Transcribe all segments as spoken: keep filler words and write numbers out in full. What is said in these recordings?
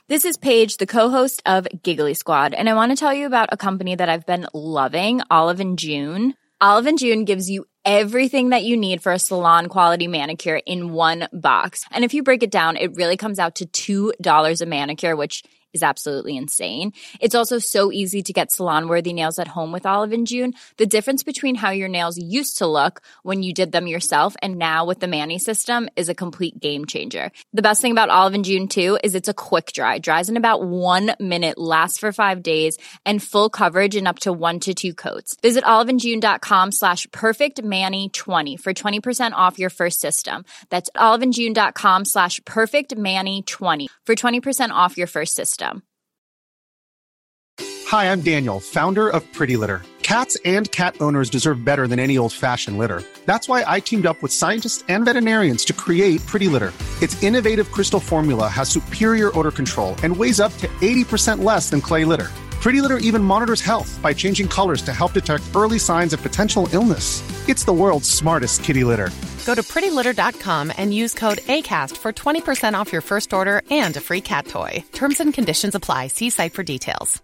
This is Paige, the co-host of Giggly Squad, and I want to tell you about a company that I've been loving, Olive and June. Olive and June gives you everything that you need for a salon-quality manicure in one box. And if you break it down, it really comes out to two dollars a manicure, which is absolutely insane. It's also so easy to get salon-worthy nails at home with Olive and June. The difference between how your nails used to look when you did them yourself and now with the Mani system is a complete game changer. The best thing about Olive and June, too, is it's a quick dry. Dries in about one minute, lasts for five days, and full coverage in up to one to two coats. Visit oliveandjune.com slash perfectmani20 for twenty percent off your first system. That's oliveandjune.com slash perfectmani20 for twenty percent off your first system. Hi, I'm Daniel, founder of Pretty Litter. Cats and cat owners deserve better than any old-fashioned litter. That's why I teamed up with scientists and veterinarians to create Pretty Litter. Its innovative crystal formula has superior odor control and weighs up to eighty percent less than clay litter. Pretty Litter even monitors health by changing colors to help detect early signs of potential illness. It's the world's smartest kitty litter. Go to pretty litter dot com and use code ACAST for twenty percent off your first order and a free cat toy. Terms and conditions apply. See site for details.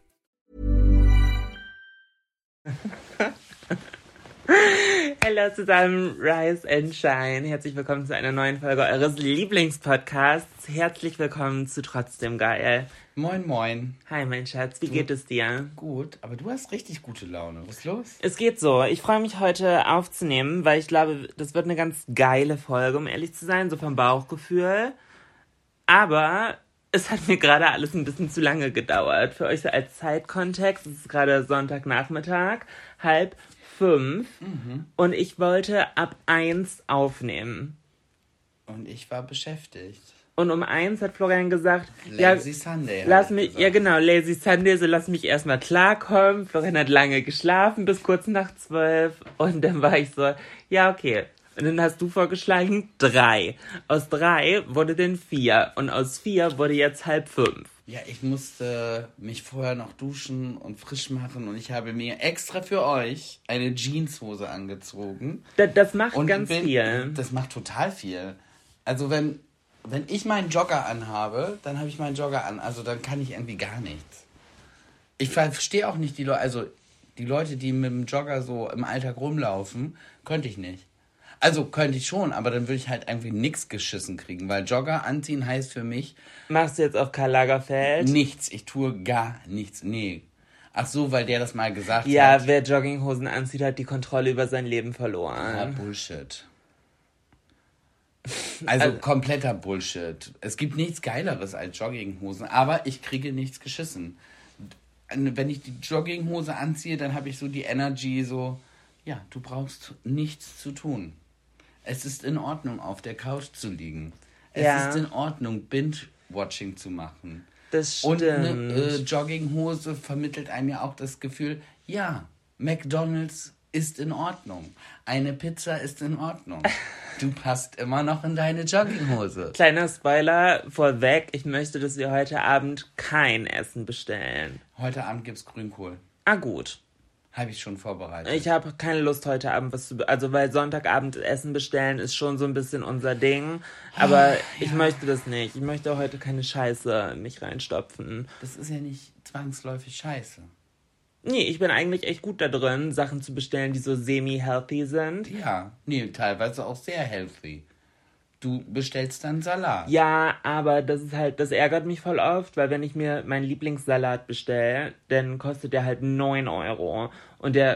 Hallo zusammen, Rise and Shine. Herzlich willkommen zu einer neuen Folge eures Lieblingspodcasts. Herzlich willkommen zu Trotzdem Geil. Moin, moin. Hi, mein Schatz, wie du, geht es dir? Gut, aber du hast richtig gute Laune. Was ist los? Es geht so. Ich freue mich heute aufzunehmen, weil ich glaube, das wird eine ganz geile Folge, um ehrlich zu sein, so vom Bauchgefühl. Aber es hat mir gerade alles ein bisschen zu lange gedauert. Für euch so als Zeitkontext, es ist gerade Sonntagnachmittag, halb fünf. Mhm. Und ich wollte ab eins aufnehmen. Und ich war beschäftigt. Und um eins hat Florian gesagt, Lazy ja, Sunday. Lass mich, gesagt. Ja genau, Lazy Sunday, so lass mich erstmal klarkommen. Florian hat lange geschlafen, bis kurz nach zwölf. Und dann war ich so, ja okay. Und dann hast du vorgeschlagen, drei. Aus drei wurde dann vier. Und aus vier wurde jetzt halb fünf. Ja, ich musste mich vorher noch duschen und frisch machen. Und ich habe mir extra für euch eine Jeanshose angezogen. Das, das macht und ganz bin, viel. Das macht total viel. Also wenn... Wenn ich meinen Jogger anhabe, dann habe ich meinen Jogger an. Also dann kann ich irgendwie gar nichts. Ich verstehe auch nicht die Leute, also die Leute, die mit dem Jogger so im Alltag rumlaufen, könnte ich nicht. Also könnte ich schon, aber dann würde ich halt irgendwie nichts geschissen kriegen, weil Jogger anziehen heißt für mich... Machst du jetzt auf Karl Lagerfeld? Nichts, ich tue gar nichts, nee. Ach so, weil der das mal gesagt ja, hat. Ja, wer Jogginghosen anzieht, hat die Kontrolle über sein Leben verloren. Ja, Bullshit. Also, also kompletter Bullshit. Es gibt nichts Geileres als Jogginghosen, aber ich kriege nichts geschissen. Wenn ich die Jogginghose anziehe, dann habe ich so die Energy so, ja, du brauchst nichts zu tun. Es ist in Ordnung, auf der Couch zu liegen. Es ja. ist in Ordnung, Binge-Watching zu machen. Das stimmt. Und eine äh, Jogginghose vermittelt einem ja auch das Gefühl, ja, McDonald's ist in Ordnung. Eine Pizza ist in Ordnung. Du passt immer noch in deine Jogginghose. Kleiner Spoiler vorweg, ich möchte, dass wir heute Abend kein Essen bestellen. Heute Abend gibt's Grünkohl. Ah, gut. Habe ich schon vorbereitet. Ich habe keine Lust, heute Abend was zu... Be- also, weil Sonntagabend Essen bestellen ist schon so ein bisschen unser Ding. Aber oh, ich ja. möchte das nicht. Ich möchte heute keine Scheiße in mich reinstopfen. Das ist ja nicht zwangsläufig Scheiße. Nee, ich bin eigentlich echt gut da drin, Sachen zu bestellen, die so semi-healthy sind. Ja, nee, teilweise auch sehr healthy. Du bestellst dann Salat. Ja, aber das ist halt, das ärgert mich voll oft, weil wenn ich mir meinen Lieblingssalat bestelle, dann kostet der halt neun Euro. Und der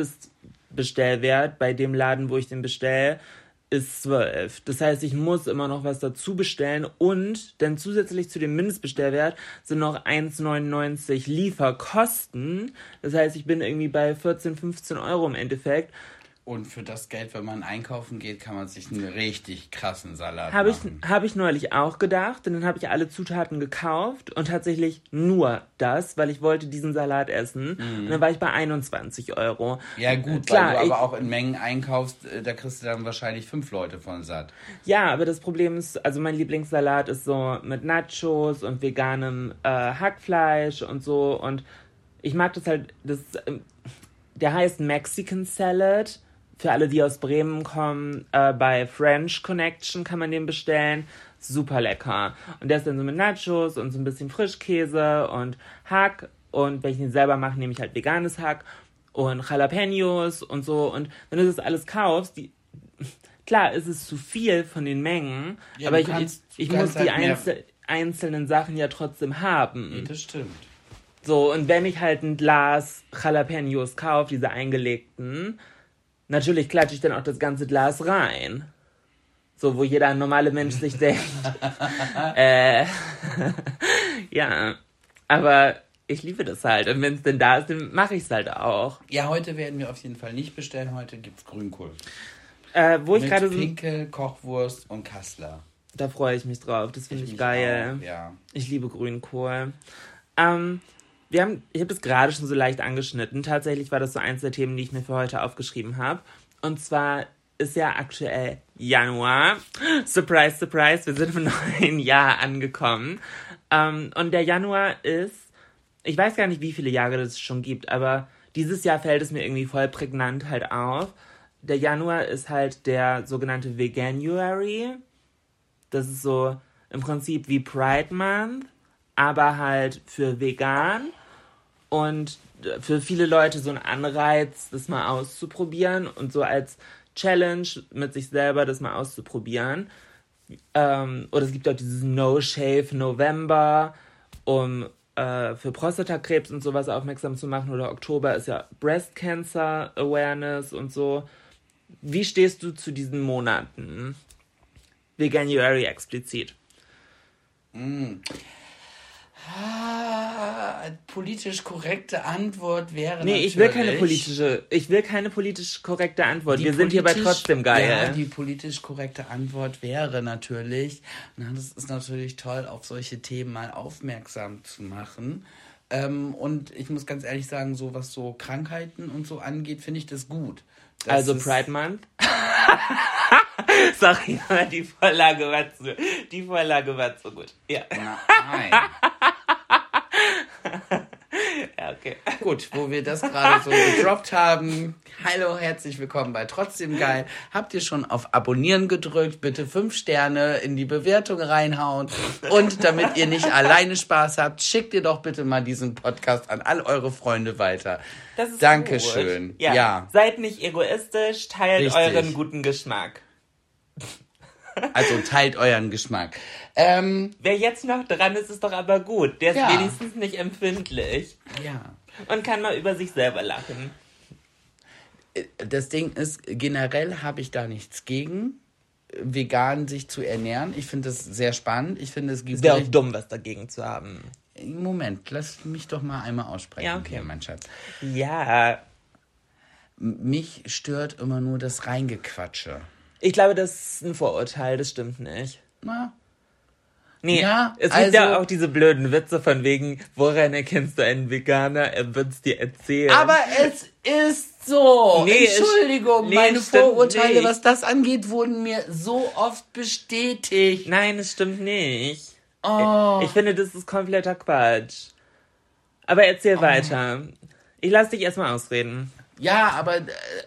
Mindestbestellwert bei dem Laden, wo ich den bestelle, ist zwölf. Das heißt, ich muss immer noch was dazu bestellen und dann zusätzlich zu dem Mindestbestellwert sind noch eins neunundneunzig Lieferkosten. Das heißt, ich bin irgendwie bei vierzehn, fünfzehn Euro im Endeffekt. Und für das Geld, wenn man einkaufen geht, kann man sich einen richtig krassen Salat hab machen. Ich, habe ich neulich auch gedacht. Und dann habe ich alle Zutaten gekauft und tatsächlich nur das, weil ich wollte diesen Salat essen. Mhm. Und dann war ich bei einundzwanzig Euro. Ja gut, Klar, weil du aber auch in Mengen einkaufst, da kriegst du dann wahrscheinlich fünf Leute von satt. Ja, aber das Problem ist, also mein Lieblingssalat ist so mit Nachos und veganem äh, Hackfleisch und so. Und ich mag das halt, das, äh, der heißt Mexican Salad. Für alle, die aus Bremen kommen, äh, bei French Connection kann man den bestellen. super lecker. Und der ist dann so mit Nachos und so ein bisschen Frischkäse und Hack. Und wenn ich den selber mache, nehme ich halt veganes Hack und Jalapenos und so. Und wenn du das alles kaufst, die, klar, ist es zu viel von den Mengen, ja, aber ich, kannst, ich, ich muss halt die einzel- einzelnen Sachen ja trotzdem haben. Ja, das stimmt. So, und wenn ich halt ein Glas Jalapenos kaufe, diese eingelegten, natürlich klatsche ich dann auch das ganze Glas rein. So, wo jeder normale Mensch sich denkt, äh, ja, aber ich liebe das halt. Und wenn es denn da ist, dann mache ich es halt auch. Ja, heute werden wir auf jeden Fall nicht bestellen. Heute gibt's Grünkohl. Äh, wo ich gerade so... Pinkel, Kochwurst und Kassler. Da freue ich mich drauf. Das finde ich, ich geil. Auch, ja. Ich liebe Grünkohl. Ähm, wir haben, ich habe das gerade schon so leicht angeschnitten. Tatsächlich war das so eins der Themen, die ich mir für heute aufgeschrieben habe. Und zwar ist ja aktuell Januar. Surprise, surprise, wir sind im neuen Jahr angekommen. Ähm, und der Januar ist, ich weiß gar nicht, wie viele Jahre das schon gibt, aber dieses Jahr fällt es mir irgendwie voll prägnant halt auf. Der Januar ist halt der sogenannte Veganuary. Das ist so im Prinzip wie Pride Month, aber halt für vegan. Und für viele Leute so ein Anreiz, das mal auszuprobieren und so als Challenge mit sich selber das mal auszuprobieren. Ähm, oder es gibt auch dieses No-Shave November, um äh, für Prostatakrebs und sowas aufmerksam zu machen. Oder Oktober ist ja Breast Cancer Awareness und so. Wie stehst du zu diesen Monaten? Veganuary explizit. Mm. Ah, politisch korrekte Antwort wäre Nee, ich will keine politische, ich will keine politisch korrekte Antwort. Die Wir sind hierbei trotzdem geil. Ja, die politisch korrekte Antwort wäre natürlich, na, das ist natürlich toll, auf solche Themen mal aufmerksam zu machen. Ähm, und ich muss ganz ehrlich sagen, so was so Krankheiten und so angeht, finde ich das gut. Das also Pride Month? Sorry, aber die Vorlage war zu, die Vorlage war zu gut. Ja. Nein. Ja, okay. Gut, wo wir das gerade so gedroppt haben. Hallo, herzlich willkommen bei Trotzdem Geil. Habt ihr schon auf Abonnieren gedrückt? Bitte fünf Sterne in die Bewertung reinhauen. Und damit ihr nicht alleine Spaß habt, schickt ihr doch bitte mal diesen Podcast an all eure Freunde weiter. Das ist Dankeschön. Gut. Ja. ja. Seid nicht egoistisch, teilt Richtig. euren guten Geschmack. Also teilt euren Geschmack. Ähm, Wer jetzt noch dran ist, ist doch aber gut. Der ist ja. wenigstens nicht empfindlich. Ja. Und kann mal über sich selber lachen. Das Ding ist, generell habe ich da nichts gegen, vegan sich zu ernähren. Ich finde das sehr spannend. Ich finde, es gibt... Wäre auch dumm, was dagegen zu haben. Moment, lass mich doch mal einmal aussprechen. Ja, okay. Hier, mein Schatz. Ja. Mich stört immer nur das Reingequatsche. Ich glaube, das ist ein Vorurteil, das stimmt nicht. Na? Nee, ja, es gibt also, ja auch diese blöden Witze von wegen, woran erkennst du einen Veganer? Er wird's dir erzählen. Aber es ist so. Nee, Entschuldigung, es, nee, meine Vorurteile, nicht. was das angeht, wurden mir so oft bestätigt. Nein, es stimmt nicht. Oh. Ich, ich finde, das ist kompletter Quatsch. Aber erzähl oh. weiter. Ich lass dich erstmal ausreden. Ja, aber... Äh,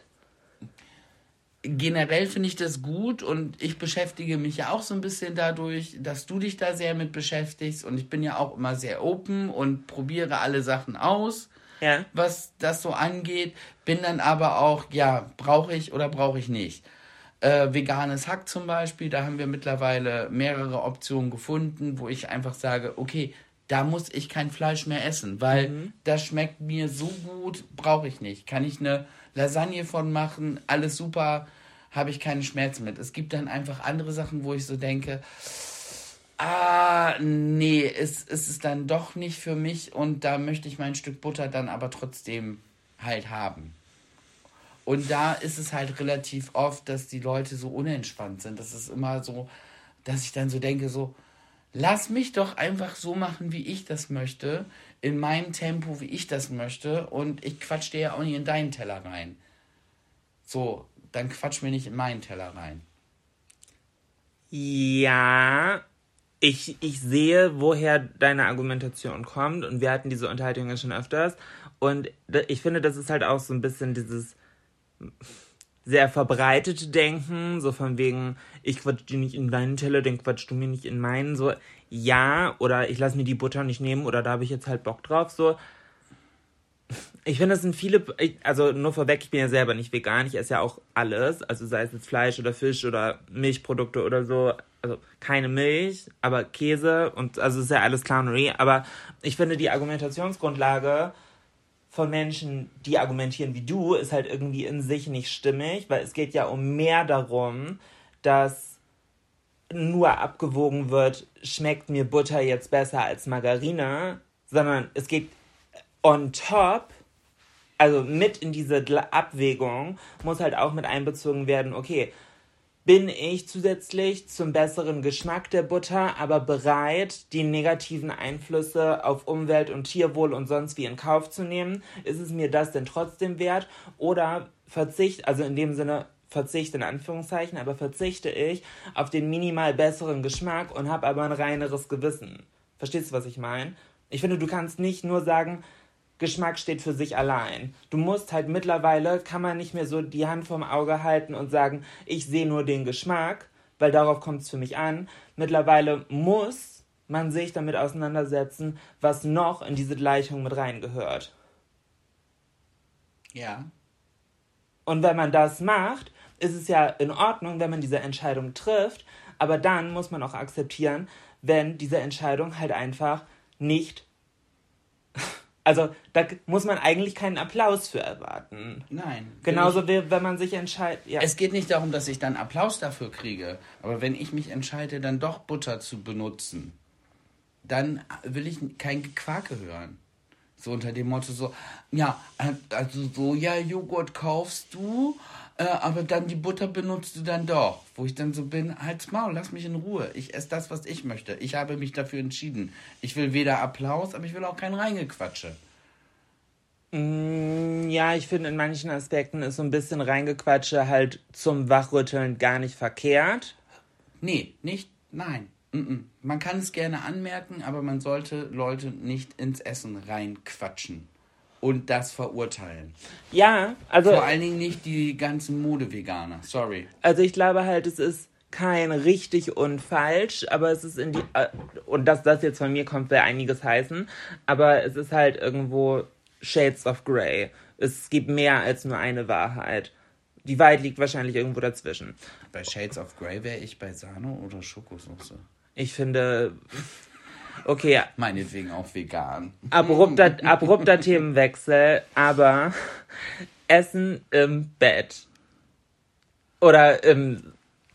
generell finde ich das gut und ich beschäftige mich ja auch so ein bisschen dadurch, dass du dich da sehr mit beschäftigst und ich bin ja auch immer sehr open und probiere alle Sachen aus, ja. was das so angeht, bin dann aber auch, ja, brauche ich oder brauche ich nicht. Äh, veganes Hack zum Beispiel, da haben wir mittlerweile mehrere Optionen gefunden, wo ich einfach sage, okay, da muss ich kein Fleisch mehr essen, weil mhm. das schmeckt mir so gut, brauche ich nicht. Kann ich eine Lasagne von machen, alles super, habe ich keine Schmerzen mit. Es gibt dann einfach andere Sachen, wo ich so denke, ah, nee, es, es ist dann doch nicht für mich und da möchte ich mein Stück Butter dann aber trotzdem halt haben. Und da ist es halt relativ oft, dass die Leute so unentspannt sind. Das ist immer so, dass ich dann so denke, so, lass mich doch einfach so machen, wie ich das möchte, in meinem Tempo, wie ich das möchte und ich quatsch dir ja auch nicht in deinen Teller rein. So, dann quatsch mir nicht in meinen Teller rein. Ja, ich, ich sehe, woher deine Argumentation kommt und wir hatten diese Unterhaltung ja schon öfters und ich finde, das ist halt auch so ein bisschen dieses sehr verbreitete Denken, so von wegen, ich quatsch dir nicht in deinen Teller, dann quatschst du mir nicht in meinen, so, ja, oder ich lass mir die Butter nicht nehmen, oder da habe ich jetzt halt Bock drauf, so. Ich finde, das sind viele, also nur vorweg, ich bin ja selber nicht vegan, ich esse ja auch alles, also sei es jetzt Fleisch oder Fisch oder Milchprodukte oder so, also keine Milch, aber Käse und, also ist ja alles Clownery, aber ich finde, die Argumentationsgrundlage von Menschen, die argumentieren wie du, ist halt irgendwie in sich nicht stimmig, weil es geht ja um mehr darum, dass nur abgewogen wird, schmeckt mir Butter jetzt besser als Margarine, sondern es geht on top, also mit in diese Abwägung, muss halt auch mit einbezogen werden, okay, bin ich zusätzlich zum besseren Geschmack der Butter aber bereit, die negativen Einflüsse auf Umwelt und Tierwohl und sonst wie in Kauf zu nehmen? Ist es mir das denn trotzdem wert? Oder verzicht, also in dem Sinne Verzicht in Anführungszeichen, aber verzichte ich auf den minimal besseren Geschmack und habe aber ein reineres Gewissen. Verstehst du, was ich meine? Ich finde, du kannst nicht nur sagen, Geschmack steht für sich allein. Du musst halt mittlerweile, kann man nicht mehr so die Hand vorm Auge halten und sagen, ich sehe nur den Geschmack, weil darauf kommt es für mich an. Mittlerweile muss man sich damit auseinandersetzen, was noch in diese Gleichung mit reingehört. Ja. Und wenn man das macht, ist es ja in Ordnung, wenn man diese Entscheidung trifft, aber dann muss man auch akzeptieren, wenn diese Entscheidung halt einfach nicht... Also da muss man eigentlich keinen Applaus für erwarten. Nein. Genauso ich, wie wenn man sich entscheidet... Ja. Es geht nicht darum, dass ich dann Applaus dafür kriege. Aber wenn ich mich entscheide, dann doch Butter zu benutzen, dann will ich kein Gequake hören. So unter dem Motto so, ja, also Soja-Joghurt kaufst du, äh, aber dann die Butter benutzt du dann doch. Wo ich dann so bin, halt's Maul, lass mich in Ruhe. Ich esse das, was ich möchte. Ich habe mich dafür entschieden. Ich will weder Applaus, aber ich will auch kein Reingequatsche. Mm, ja, ich finde, in manchen Aspekten ist so ein bisschen Reingequatsche halt zum Wachrütteln gar nicht verkehrt. Nee, nicht, nein. Mm-mm. Man kann es gerne anmerken, aber man sollte Leute nicht ins Essen reinquatschen und das verurteilen. Ja, also... Vor allen Dingen nicht die ganzen Mode-Veganer, sorry. Also ich glaube halt, es ist kein richtig und falsch, aber es ist in die... Und dass das jetzt von mir kommt, will einiges heißen, aber es ist halt irgendwo Shades of Grey. Es gibt mehr als nur eine Wahrheit. Die Wahrheit liegt wahrscheinlich irgendwo dazwischen. Bei Shades of Grey wäre ich bei Sahne oder Schokosauce. Ich finde, okay. Meinetwegen auch vegan. Abrupter, abrupter Themenwechsel, aber Essen im Bett oder im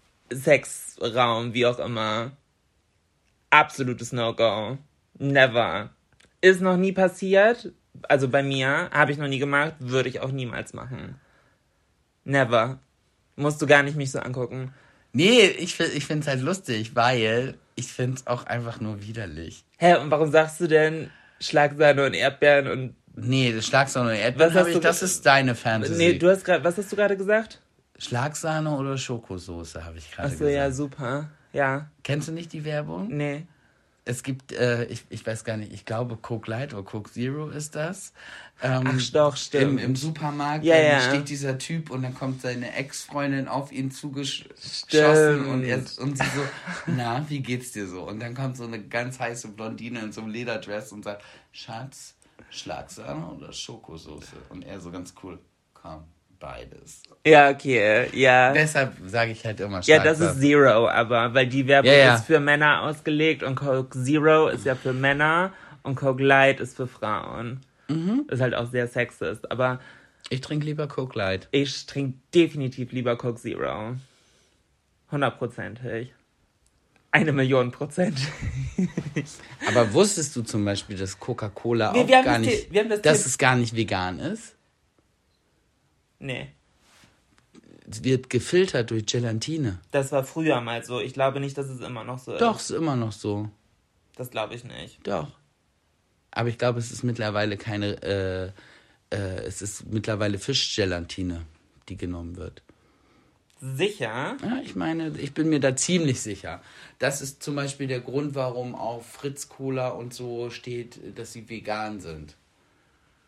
Sexraum, wie auch immer, absolutes No-Go. Never. Ist noch nie passiert, also bei mir, habe ich noch nie gemacht, würde ich auch niemals machen. Never. Musst du gar nicht mich so angucken. Nee, ich, ich finde es halt lustig, weil ich finde es auch einfach nur widerlich. Hä, und warum sagst du denn Schlagsahne und Erdbeeren und... Nee, das Schlagsahne und Erdbeeren, was hast ich, du, das ist deine Fantasy. Nee, du hast gerade, was hast du gerade gesagt? Schlagsahne oder Schokosoße, habe ich gerade gesagt. Achso, ja, super. Ja. Kennst du nicht die Werbung? Nee. Es gibt, äh, ich, ich weiß gar nicht, ich glaube Coke Light oder Coke Zero ist das. Ähm, Ach doch, stimmt. Im, im Supermarkt ja, ja. steht dieser Typ und dann kommt seine Ex-Freundin auf ihn zugeschossen und, er, und sie so, na, wie geht's dir so? Und dann kommt so eine ganz heiße Blondine in so einem Lederdress und sagt, Schatz, Schlagsahne oder Schokosoße? Und er so ganz cool, komm, beides. Ja, okay, ja. Deshalb sage ich halt immer Schlagsahne. Ja, das ist Zero, aber, weil die Werbung ja, ja. ist für Männer ausgelegt und Coke Zero ist ja für Männer und Coke Light ist für Frauen. Mhm. Ist halt auch sehr sexist, aber... Ich trinke lieber Coke Light. Ich trinke definitiv lieber Coke Zero. Hundertprozentig. Eine Million Prozent. Aber wusstest du zum Beispiel, dass Coca-Cola wir, auch wir gar nicht... Die, wir haben das dass es gar nicht vegan ist? Nee. Es wird gefiltert durch Gelatine. Das war früher mal so. Ich glaube nicht, dass es immer noch so ist. Doch, ist immer noch so. Das glaube ich nicht. Doch. Aber ich glaube, es ist mittlerweile keine, äh, äh, es ist mittlerweile Fischgelatine, die genommen wird. Sicher? Ja, ich meine, ich bin mir da ziemlich sicher. Das ist zum Beispiel der Grund, warum auf Fritz Cola und so steht, dass sie vegan sind.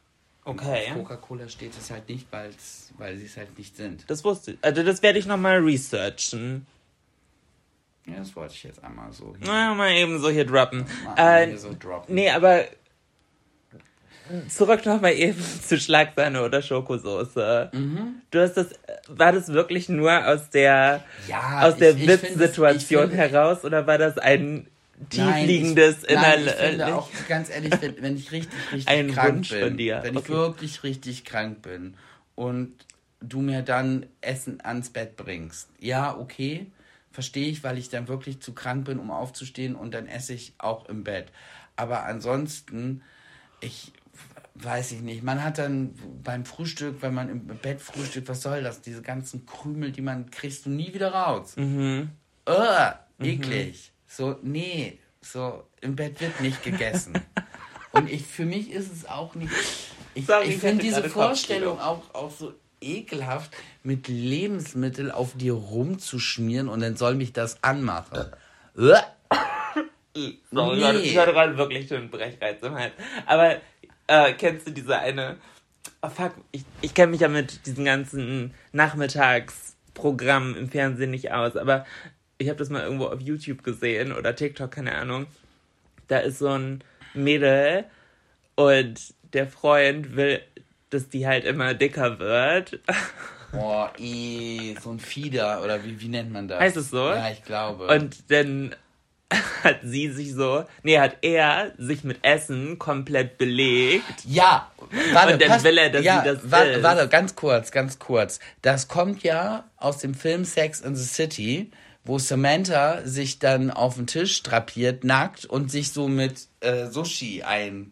Okay. Auf Coca-Cola steht es halt nicht, weil's, weil sie es halt nicht sind. Das wusste ich. Also das werde ich nochmal researchen. Ja, das wollte ich jetzt einmal so hier. Na, mal eben so hier droppen. Mal äh, hier so droppen. Nee, aber zurück nochmal eben zu Schlagsahne oder Schokosoße. Mhm. Du hast das, war das wirklich nur aus der, ja, aus der ich, ich Witzsituation find, ich find, heraus oder war das ein nein, tiefliegendes ich, nein, ich innerlich? finde auch, ganz ehrlich, wenn, wenn ich richtig, richtig Ein krank Wunsch bin, von dir. wenn Okay. ich wirklich richtig krank bin und du mir dann Essen ans Bett bringst, ja, okay, verstehe ich, weil ich dann wirklich zu krank bin, um aufzustehen und dann esse ich auch im Bett. Aber ansonsten, ich weiß ich nicht, man hat dann beim Frühstück, wenn man im Bett frühstückt, was soll das? Diese ganzen Krümel, die man kriegst du nie wieder raus. Mhm. Uh, eklig. Mhm. So, nee, so im Bett wird nicht gegessen. Und ich, für mich ist es auch nicht, ich, ich finde diese Vorstellung auch, auch so ekelhaft, mit Lebensmitteln auf dir rumzuschmieren und dann soll mich das anmachen. Uh. Sorry, nee. Ich hatte gerade wirklich schon einen Brechreiz im Hals. Aber äh, kennst du diese eine... Oh fuck, ich, ich kenne mich ja mit diesen ganzen Nachmittagsprogrammen im Fernsehen nicht aus, aber ich habe das mal irgendwo auf YouTube gesehen oder TikTok, keine Ahnung. Da ist so ein Mädel und der Freund will, dass die halt immer dicker wird. Boah, eh, so ein Fieder, oder wie, wie nennt man das? Heißt es so? Ja, ich glaube. Und dann hat sie sich so, nee, hat er sich mit Essen komplett belegt. Ja, warte, und dann pass, will er, dass ja, sie das warte, isst. warte, ganz kurz, ganz kurz. Das kommt ja aus dem Film Sex in the City, wo Samantha sich dann auf den Tisch drapiert, nackt und sich so mit äh, Sushi ein...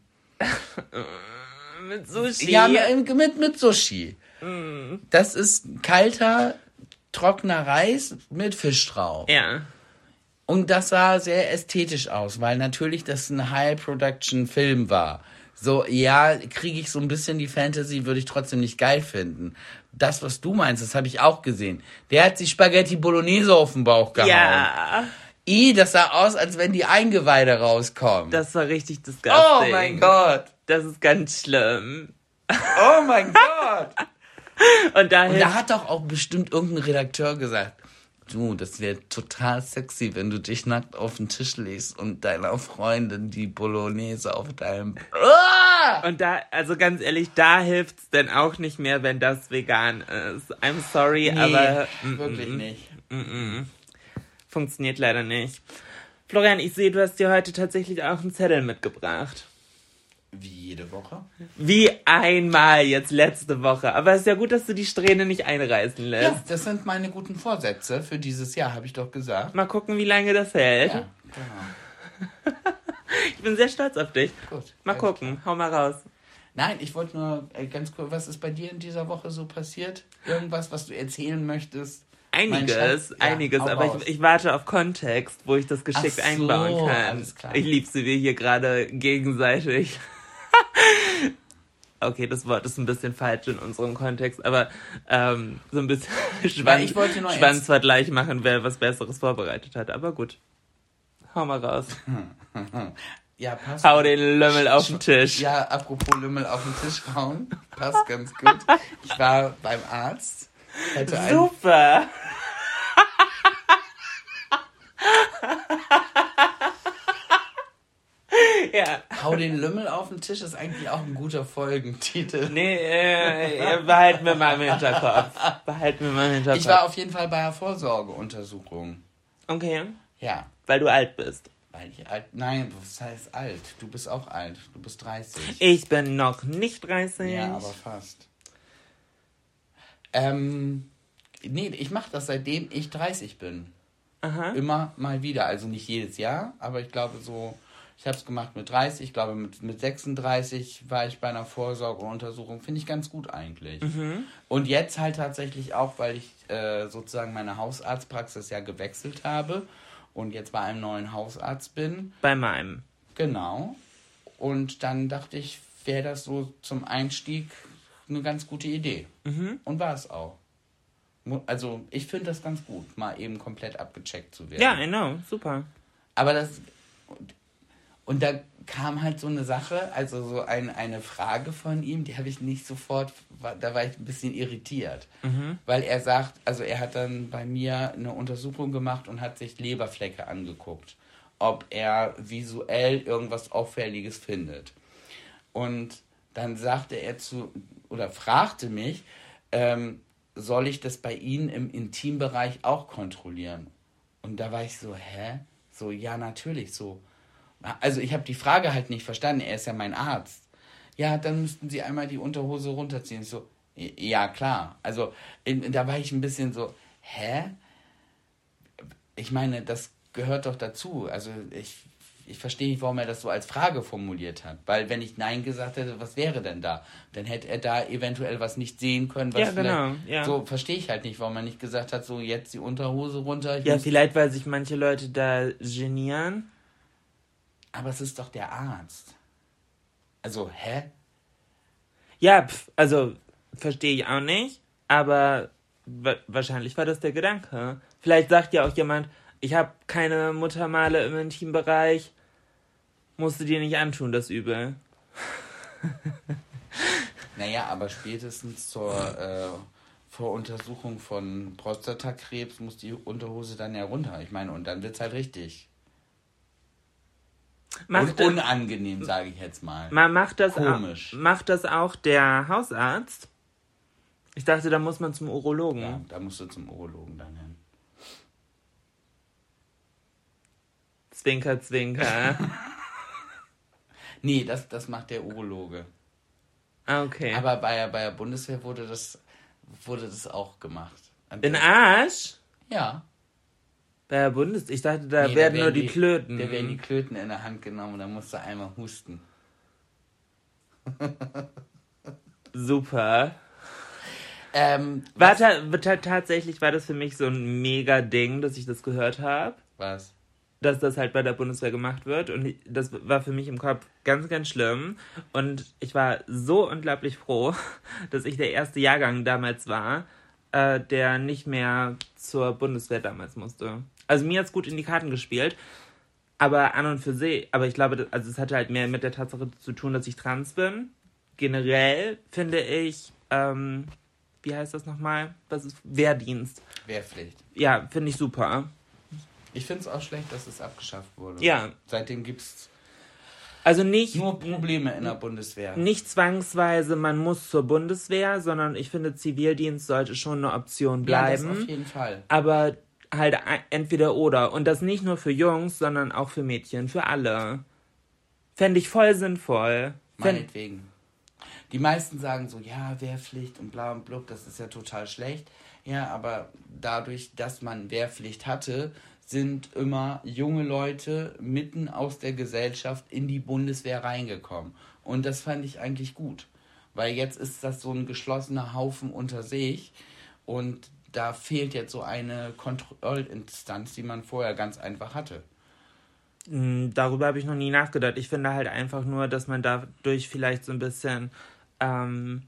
mit Sushi? Ja, mit, mit, mit Sushi. Mm. Das ist kalter, trockener Reis mit Fisch drauf. Ja. Und das sah sehr ästhetisch aus, weil natürlich das ein High-Production-Film war. So, ja, kriege ich so ein bisschen die Fantasy, würde ich trotzdem nicht geil finden. Das, was du meinst, das habe ich auch gesehen. Der hat sich Spaghetti Bolognese auf den Bauch gehauen. Ja. I, das sah aus, als wenn die Eingeweide rauskommen. Das war richtig disgusting. Oh mein Gott. Das ist ganz schlimm. Oh mein Gott. Und, dahin, Und da hat doch auch bestimmt irgendein Redakteur gesagt, du, das wäre total sexy, wenn du dich nackt auf den Tisch legst und deiner Freundin die Bolognese auf deinem... Ah! Und da, also ganz ehrlich, da hilft's denn auch nicht mehr, wenn das vegan ist. I'm sorry, Nee, aber... wirklich mm, nicht. Mm, mm, funktioniert leider nicht. Florian, ich sehe, du hast dir heute tatsächlich auch einen Zettel mitgebracht. Wie jede Woche? Wie einmal jetzt letzte Woche. Aber es ist ja gut, dass du die Strähne nicht einreißen lässt. Ja, das sind meine guten Vorsätze für dieses Jahr, habe ich doch gesagt. Mal gucken, wie lange das hält. Ja, genau. Ich bin sehr stolz auf dich. Gut. Mal gucken, hau mal raus. Nein, ich wollte nur äh, ganz kurz, was ist bei dir in dieser Woche so passiert? Irgendwas, was du erzählen möchtest? Einiges, Ja, einiges, aber raus. ich, ich warte auf Kontext, wo ich das geschickt Ach so, einbauen kann. alles klar. Ich lieb's wir hier gerade gegenseitig. Okay, das Wort ist ein bisschen falsch in unserem Kontext, aber ähm, so ein bisschen Schwanz, ich wollte nur Schwanzvergleich machen, wer was Besseres vorbereitet hat. Aber gut, hau mal raus. Ja, passt. Hau den Lümmel auf den Tisch. Ja, apropos Lümmel auf den Tisch hauen, passt ganz gut. Ich war beim Arzt. Hatte einen, Super. Ja. Hau den Lümmel auf den Tisch ist eigentlich auch ein guter Folgentitel. Nee, äh, behalten wir mal im Hinterkopf. Behalten wir mal im Hinterkopf. Ich war auf jeden Fall bei der Vorsorgeuntersuchung. Okay. Ja. Weil du alt bist. Weil ich alt... Nein, was heißt alt? Du bist auch alt. Du bist dreißig. Ich bin noch nicht dreißig. Ja, aber fast. Ähm... Nee, ich mache das seitdem ich dreißig bin. Aha. Immer mal wieder. Also nicht jedes Jahr, aber ich glaube so... Ich habe es gemacht mit dreißig, ich glaube mit, mit sechsunddreißig war ich bei einer Vorsorgeuntersuchung. Finde ich ganz gut eigentlich. Mhm. Und jetzt halt tatsächlich auch, weil ich äh, sozusagen meine Hausarztpraxis ja gewechselt habe und jetzt bei einem neuen Hausarzt bin. Bei meinem. Genau. Und dann dachte ich, wäre das so zum Einstieg eine ganz gute Idee. Mhm. Und war es auch. Also ich finde das ganz gut, mal eben komplett abgecheckt zu werden. Ja, I know. Super. Aber das... Und da kam halt so eine Sache, also so ein, eine Frage von ihm, die habe ich nicht sofort, da war ich ein bisschen irritiert. Mhm. Weil er sagt, also er hat dann bei mir eine Untersuchung gemacht und hat sich Leberflecke angeguckt, ob er visuell irgendwas Auffälliges findet. Und dann sagte er zu, oder fragte mich, ähm, soll ich das bei Ihnen im Intimbereich auch kontrollieren? Und da war ich so, hä? So, ja, natürlich, so. Also ich habe die Frage halt nicht verstanden, er ist ja mein Arzt. Ja, dann müssten Sie einmal die Unterhose runterziehen. Ich so, ja, klar. Also in, da war ich ein bisschen so, hä? Ich meine, das gehört doch dazu. Also ich, ich verstehe nicht, warum er das so als Frage formuliert hat. Weil wenn ich Nein gesagt hätte, was wäre denn da? Dann hätte er da eventuell was nicht sehen können. Was Ja, genau. Ja. So verstehe ich halt nicht, warum er nicht gesagt hat, so jetzt die Unterhose runter. Ja, vielleicht, weil sich manche Leute da genieren. Aber es ist doch der Arzt. Also, hä? Ja, pf, also verstehe ich auch nicht, aber wa- wahrscheinlich war das der Gedanke. Vielleicht sagt ja auch jemand, ich habe keine Muttermale im Intimbereich, musst du dir nicht antun, das Übel. Naja, aber spätestens zur äh, Voruntersuchung von Prostatakrebs muss die Unterhose dann ja runter. Ich meine, und dann wird's halt richtig. Macht Un- unangenehm, sage ich jetzt mal. Man macht das, Komisch. Auch, macht das auch der Hausarzt? Ich dachte, da muss man zum Urologen. Ja, da musst du zum Urologen dann hin. Zwinker, zwinker. Nee, das, das macht der Urologe. Ah, okay. Aber bei, bei der Bundeswehr wurde das, wurde das auch gemacht. In Arsch? Ja. Bei der Bundes... Ich dachte, da Nee, werden da nur die, Klöten. Da werden die Klöten in der Hand genommen und dann musst du einmal husten. Super. Ähm, War ta- ta- tatsächlich war das für mich so ein mega Ding, dass ich das gehört habe. Was? Dass das halt bei der Bundeswehr gemacht wird. Und ich- das war für mich im Kopf ganz, ganz schlimm. Und ich war so unglaublich froh, dass ich der erste Jahrgang damals war, äh, der nicht mehr zur Bundeswehr damals musste. Also mir hat's gut in die Karten gespielt. Aber an und für sich, aber ich glaube, das, also es hatte halt mehr mit der Tatsache zu tun, dass ich trans bin. Generell finde ich, ähm, wie heißt das nochmal? Was ist Wehrdienst? Wehrpflicht. Ja, finde ich super. Ich finde es auch schlecht, dass es abgeschafft wurde. Ja. Seitdem gibt es Also nicht, nur Probleme in der Bundeswehr. nicht zwangsweise, man muss zur Bundeswehr, sondern ich finde, Zivildienst sollte schon eine Option bleiben. Ja, das auf jeden Fall. Aber halt ein- entweder oder. Und das nicht nur für Jungs, sondern auch für Mädchen, für alle. Fände ich voll sinnvoll. Fänd, Meinetwegen. Die meisten sagen so, ja, Wehrpflicht und bla und blub, das ist ja total schlecht. Ja, aber dadurch, dass man Wehrpflicht hatte, sind immer junge Leute mitten aus der Gesellschaft in die Bundeswehr reingekommen. Und das fand ich eigentlich gut. Weil jetzt ist das so ein geschlossener Haufen unter sich und da fehlt jetzt so eine Kontrollinstanz, die man vorher ganz einfach hatte. mh, darüber habe ich noch nie nachgedacht. Ich finde halt einfach nur, dass man dadurch vielleicht so ein bisschen ähm,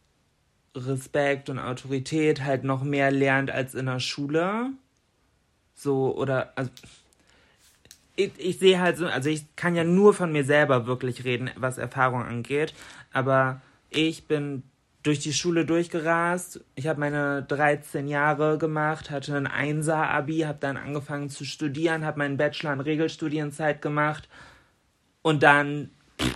Respekt und Autorität halt noch mehr lernt als in der Schule. So, oder, also, ich, ich sehe halt so, also ich kann ja nur von mir selber wirklich reden, was Erfahrung angeht, aber ich bin durch die Schule durchgerast, ich habe meine dreizehn Jahre gemacht, hatte ein Einser-Abi, habe dann angefangen zu studieren, habe meinen Bachelor in Regelstudienzeit gemacht und dann pff,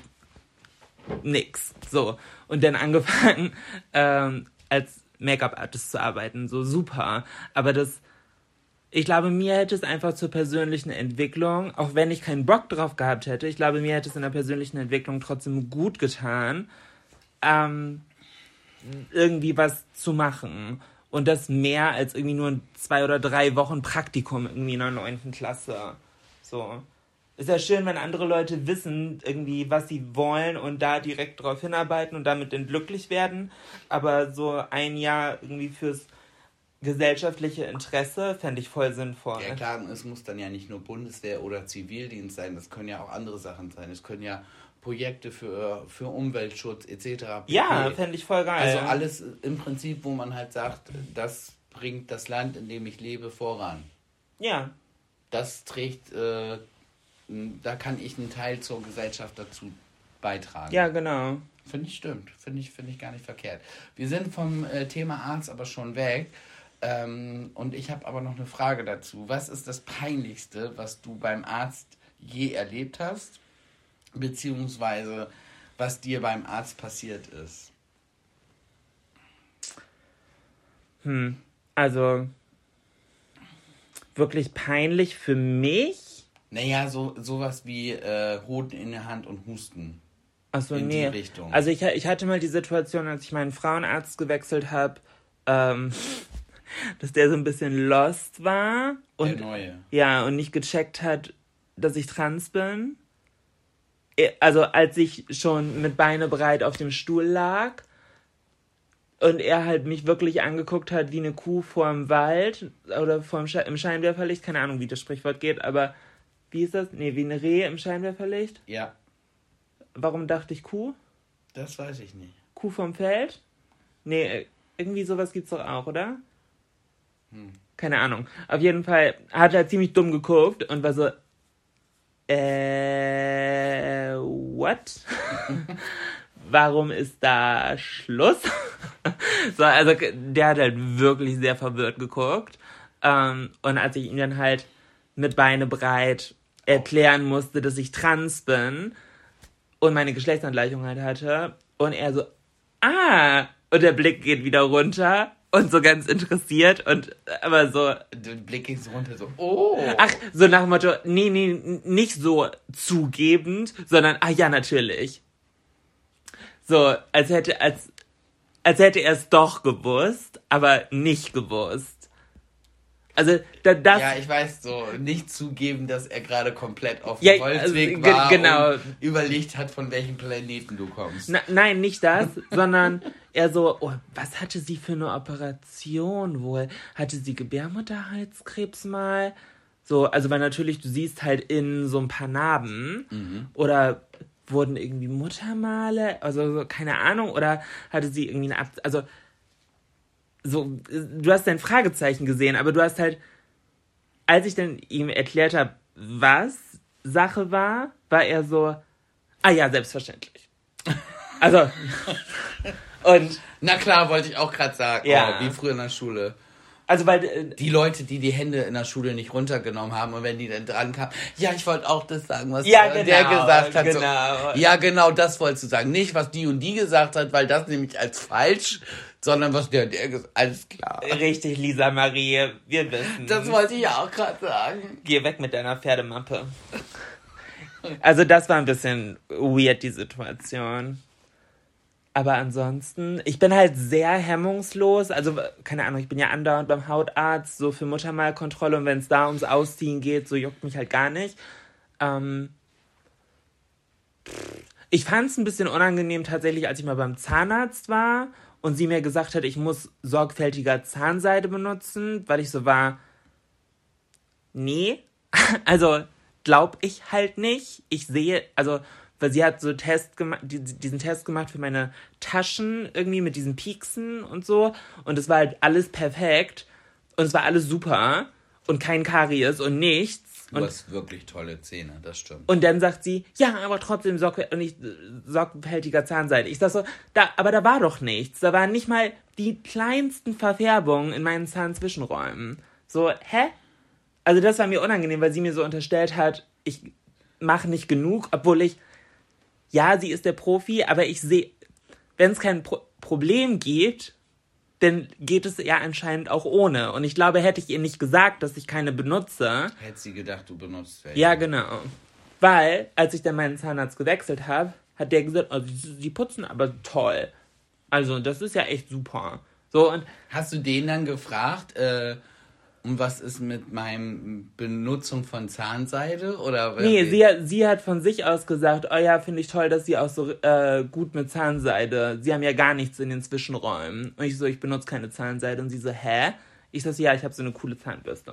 nix, so. Und dann angefangen, ähm, als Make-up-Artist zu arbeiten, so super, aber das ich glaube, mir hätte es einfach zur persönlichen Entwicklung, auch wenn ich keinen Bock drauf gehabt hätte, ich glaube, mir hätte es in der persönlichen Entwicklung trotzdem gut getan, ähm, irgendwie was zu machen. Und das mehr als irgendwie nur zwei oder drei Wochen Praktikum irgendwie in der neunten Klasse. So. Ist ja schön, wenn andere Leute wissen, irgendwie, was sie wollen und da direkt drauf hinarbeiten und damit dann glücklich werden. Aber so ein Jahr irgendwie fürs gesellschaftliche Interesse fände ich voll sinnvoll. Ja klar, es muss dann ja nicht nur Bundeswehr oder Zivildienst sein, das können ja auch andere Sachen sein. Es können ja Projekte für, für Umweltschutz et cetera. Ja, fände ich voll geil. Also alles im Prinzip, wo man halt sagt, das bringt das Land, in dem ich lebe, voran. Ja. Das trägt äh, da kann ich einen Teil zur Gesellschaft dazu beitragen. Ja, genau. Finde ich stimmt. Finde ich, finde ich gar nicht verkehrt. Wir sind vom äh, Thema Arzt aber schon weg. Ähm, und ich habe aber noch eine Frage dazu. Was ist das Peinlichste, was du beim Arzt je erlebt hast? Beziehungsweise was dir beim Arzt passiert ist? Hm, also wirklich peinlich für mich? Naja, so sowas wie äh, Hoden in der Hand und Husten. Achso, in nee. Die Richtung. Also ich, ich hatte mal die Situation, als ich meinen Frauenarzt gewechselt habe, ähm, dass der so ein bisschen lost war. Und, der Neue. Ja, und nicht gecheckt hat, dass ich trans bin. Also als ich schon mit Beine breit auf dem Stuhl lag und er halt mich wirklich angeguckt hat wie eine Kuh vorm Wald oder vorm Sche- im Scheinwerferlicht, keine Ahnung, wie das Sprichwort geht, aber wie ist das? Nee, wie eine Rehe im Scheinwerferlicht? Ja. Warum dachte ich Kuh? Das weiß ich nicht. Kuh vom Feld? Nee, irgendwie sowas gibt's doch auch, oder? Hm. Keine Ahnung. Auf jeden Fall hat er ziemlich dumm geguckt und war so, äh, what? Warum ist da Schluss? So, also der hat halt wirklich sehr verwirrt geguckt. Ähm, und als ich ihm dann halt mit Beine breit erklären musste, dass ich trans bin und meine Geschlechtsangleichung halt hatte und er so, ah, und der Blick geht wieder runter und so ganz interessiert und aber so... Der Blick ging so runter, so, oh. Ach, so nach dem Motto, nee, nee, nicht so zugebend, sondern, ah ja, natürlich. So, als hätte, als, als hätte er es doch gewusst, aber nicht gewusst. Also, da, das... Ja, ich weiß so, nicht zugeben, dass er gerade komplett auf dem Ja, Holzweg also, war ge- genau. und überlegt hat, von welchem Planeten du kommst. Na, nein, nicht das, sondern er so, oh, was hatte sie für eine Operation wohl? Hatte sie Gebärmutterhalskrebs mal? So, also weil natürlich, du siehst halt in so ein paar Narben Mhm. oder wurden irgendwie Muttermale, also so, keine Ahnung, oder hatte sie irgendwie eine Ab... Also, so, du hast dein Fragezeichen gesehen, aber du hast halt, als ich dann ihm erklärt habe, was Sache war, war er so, ah ja, selbstverständlich. Also, und... Na klar, wollte ich auch gerade sagen. Ja. Oh, wie früher in der Schule. Also, weil... Äh, Die Leute, die die Hände in der Schule nicht runtergenommen haben und wenn die dann dran kamen, ja, ich wollte auch das sagen, was Ja, der genau, gesagt hat. genau. So, ja, genau, das wolltest du sagen. Nicht, was die und die gesagt hat, weil das nämlich als falsch, sondern was der und der gesagt hat. Alles klar. richtig, Lisa Marie, wir wissen. Das wollte ich auch gerade sagen. Geh weg mit deiner Pferdemappe. Also das war ein bisschen weird, die Situation. Aber ansonsten, ich bin halt sehr hemmungslos. Also, keine Ahnung, ich bin ja andauernd beim Hautarzt, so für Muttermalkontrolle. Und wenn es da ums Ausziehen geht, so juckt mich halt gar nicht. Ähm, ich fand es ein bisschen unangenehm tatsächlich, als ich mal beim Zahnarzt war und sie mir gesagt hat, ich muss sorgfältiger Zahnseide benutzen, weil ich so war, nee, also glaub ich halt nicht. Ich sehe, also, weil sie hat so Test gemacht, diesen Test gemacht für meine Taschen irgendwie mit diesen Pieksen und so und es war halt alles perfekt und es war alles super und kein Karies und nichts. Du Und, hast wirklich tolle Zähne, das stimmt. und dann sagt sie, ja, aber trotzdem sorg- nicht, sorgfältiger Zahnseide. Ich sag so, da, aber da war doch nichts. Da waren nicht mal die kleinsten Verfärbungen in meinen Zahnzwischenräumen. So, hä? Also das war mir unangenehm, weil sie mir so unterstellt hat, ich mache nicht genug, obwohl ich, ja, sie ist der Profi, aber ich sehe, wenn es kein Pro- Problem gibt, dann geht es ja anscheinend auch ohne. Und ich glaube, hätte ich ihr nicht gesagt, dass ich keine benutze. Hätte sie gedacht, du benutzt welche. Ja, genau. Weil, als ich dann meinen Zahnarzt gewechselt habe, hat der gesagt, oh, sie, sie putzen aber toll. Also, das ist ja echt super. So, und Hast du den dann gefragt, äh, um was ist mit meinem Benutzung von Zahnseide? Oder nee, sie, hat- sie hat von sich aus gesagt, oh ja, finde ich toll, dass sie auch so äh, gut mit Zahnseide, sie haben ja gar nichts in den Zwischenräumen. Und ich so, ich benutze keine Zahnseide. Und sie so, hä? Ich so, ja, ich habe so eine coole Zahnbürste.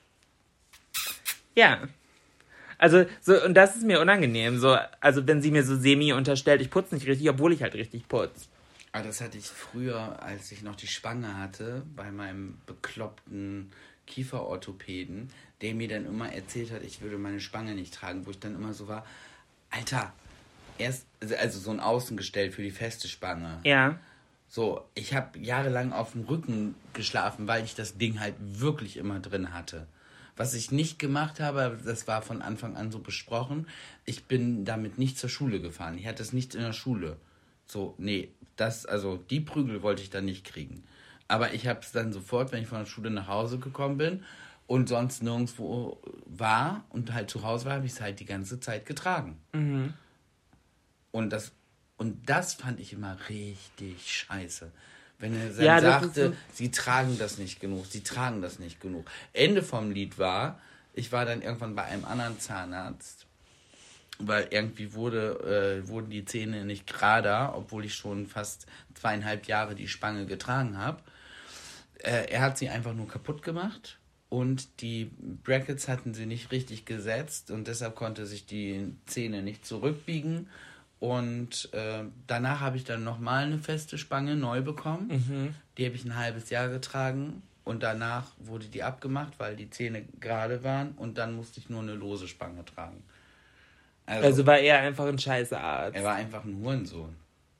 Ja. Also, so, und das ist mir unangenehm. So, also, wenn sie mir so semi unterstellt, ich putze nicht richtig, obwohl ich halt richtig putze. Ah, das hatte ich früher, als ich noch die Spange hatte, bei meinem bekloppten Kieferorthopäden, der mir dann immer erzählt hat, ich würde meine Spange nicht tragen, wo ich dann immer so war, Alter, erst, also so ein Außengestell für die feste Spange. Ja. So, ich habe jahrelang auf dem Rücken geschlafen, weil ich das Ding halt wirklich immer drin hatte. Was ich nicht gemacht habe, das war von Anfang an so besprochen, ich bin damit nicht zur Schule gefahren. Ich hatte es nicht in der Schule. So, nee, das, also die Prügel wollte ich dann nicht kriegen. Aber ich habe es dann sofort, wenn ich von der Schule nach Hause gekommen bin und sonst nirgendwo war und halt zu Hause war, habe ich es halt die ganze Zeit getragen. Mhm. Und das Und das fand ich immer richtig scheiße. Wenn er dann ja, sagte, so sie tragen das nicht genug, sie tragen das nicht genug. Ende vom Lied war, ich war dann irgendwann bei einem anderen Zahnarzt, weil irgendwie wurde, äh, wurden die Zähne nicht gerader, obwohl ich schon fast zweieinhalb Jahre die Spange getragen habe. Äh, er hat sie einfach nur kaputt gemacht und die Brackets hatten sie nicht richtig gesetzt und deshalb konnte sich die Zähne nicht zurückbiegen. Und äh, danach habe ich dann nochmal eine feste Spange neu bekommen. Mhm. Die habe ich ein halbes Jahr getragen. Und danach wurde die abgemacht, weil die Zähne gerade waren. Und dann musste ich nur eine lose Spange tragen. Also, also war er einfach ein scheiße Arzt. Er war einfach ein Hurensohn.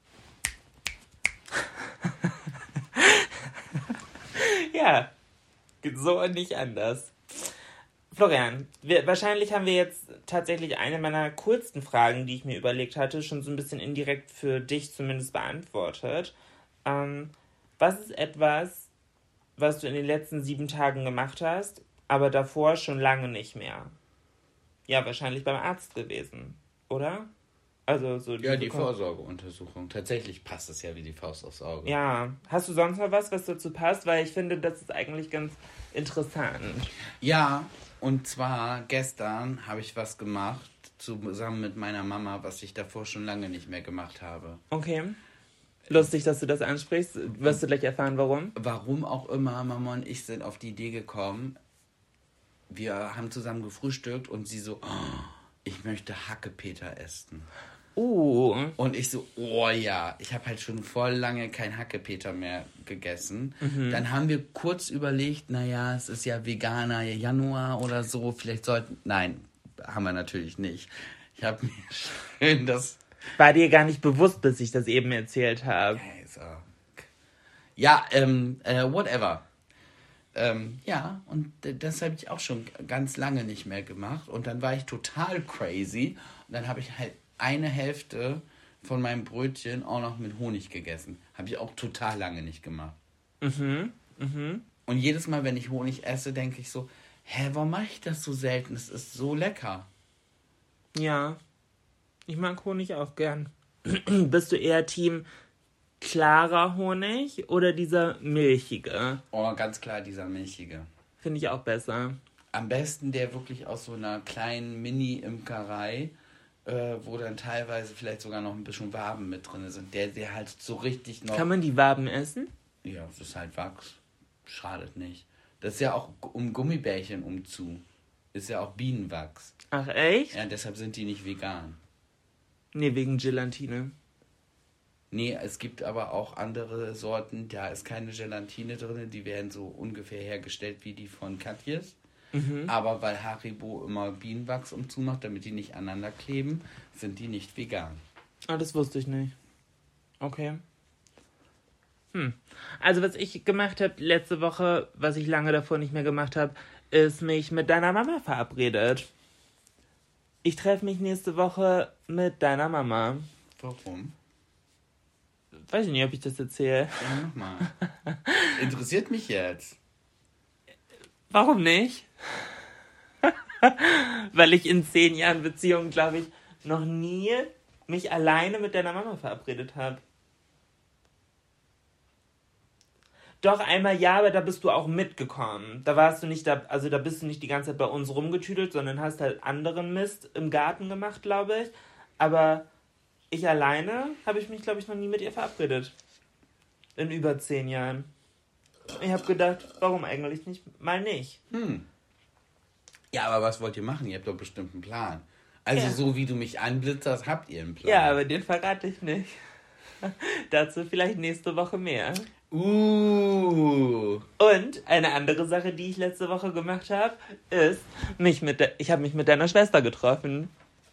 Ja, so und nicht anders. Florian, wir, wahrscheinlich haben wir jetzt tatsächlich eine meiner coolsten Fragen, die ich mir überlegt hatte, schon so ein bisschen indirekt für dich zumindest beantwortet. Ähm, was ist etwas, was du in den letzten sieben Tagen gemacht hast, aber davor schon lange nicht mehr? Ja, wahrscheinlich beim Arzt gewesen, oder? Also so ja, die Vorsorgeuntersuchung. Tatsächlich passt es ja wie die Faust aufs Auge. Ja. Hast du sonst noch was, was dazu passt? Weil ich finde, das ist eigentlich ganz interessant. Ja, und zwar gestern habe ich was gemacht, zusammen mit meiner Mama, was ich davor schon lange nicht mehr gemacht habe. Okay. Lustig, dass du das ansprichst. Wirst du gleich erfahren, warum? Warum auch immer, Mama und ich sind auf die Idee gekommen, wir haben zusammen gefrühstückt und sie so, oh, ich möchte Hackepeter essen. Uh. Und ich so, oh ja, ich habe halt schon voll lange kein Hackepeter mehr gegessen. Mhm. Dann haben wir kurz überlegt, naja, es ist ja veganer Januar oder so, vielleicht sollten, nein, haben wir natürlich nicht. Ich habe mir schön das... War dir gar nicht bewusst, bis ich das eben erzählt habe. Okay, so. Ja, ähm, äh, whatever. Ähm, ja, und das habe ich auch schon ganz lange nicht mehr gemacht. Und dann war ich total crazy. Und dann habe ich halt eine Hälfte von meinem Brötchen auch noch mit Honig gegessen. Habe ich auch total lange nicht gemacht. Mhm, mhm. Und jedes Mal, wenn ich Honig esse, denke ich so, hä, warum mache ich das so selten? Es ist so lecker. Ja, ich mag Honig auch gern. Bist du eher Team klarer Honig oder dieser milchige? Oh, ganz klar dieser milchige. Finde ich auch besser. Am besten der wirklich aus so einer kleinen Mini-Imkerei, äh, wo dann teilweise vielleicht sogar noch ein bisschen Waben mit drin sind. Der, der halt so richtig noch... Kann man die Waben essen? Ja, das ist halt Wachs. Schadet nicht. Das ist ja auch um Gummibärchen umzu. Ist ja auch Bienenwachs. Ach, echt? Ja, deshalb sind die nicht vegan. Nee, wegen Gelatine. Nee, es gibt aber auch andere Sorten, da ist keine Gelatine drin, die werden so ungefähr hergestellt wie die von Katjes. Mhm. Aber weil Haribo immer Bienenwachs umzumacht, damit die nicht aneinander kleben, sind die nicht vegan. Ah, das wusste ich nicht. Okay. Hm. Also was ich gemacht habe letzte Woche, was ich lange davor nicht mehr gemacht habe, ist mich mit deiner Mama verabredet. Ich treffe mich nächste Woche mit deiner Mama. Warum? Weiß ich nicht, ob ich das erzähle. Ja, nochmal. Interessiert mich jetzt. Warum nicht? Weil ich in zehn Jahren Beziehung, glaube ich, noch nie mich alleine mit deiner Mama verabredet habe. Doch, einmal ja, aber da bist du auch mitgekommen. Da warst du nicht da, also da bist du nicht die ganze Zeit bei uns rumgetüdelt, sondern hast halt anderen Mist im Garten gemacht, glaube ich. Aber ich alleine habe ich mich, glaube ich, noch nie mit ihr verabredet. In über zehn Jahren. Ich habe gedacht, warum eigentlich nicht? Mal nicht. Hm. Ja, aber was wollt ihr machen? Ihr habt doch bestimmt einen Plan. Also ja. So wie du mich anblitzerst, habt ihr einen Plan. Ja, aber den verrate ich nicht. Dazu vielleicht nächste Woche mehr. Uh. Und eine andere Sache, die ich letzte Woche gemacht habe, ist, mich mit de- ich habe mich mit deiner Schwester getroffen.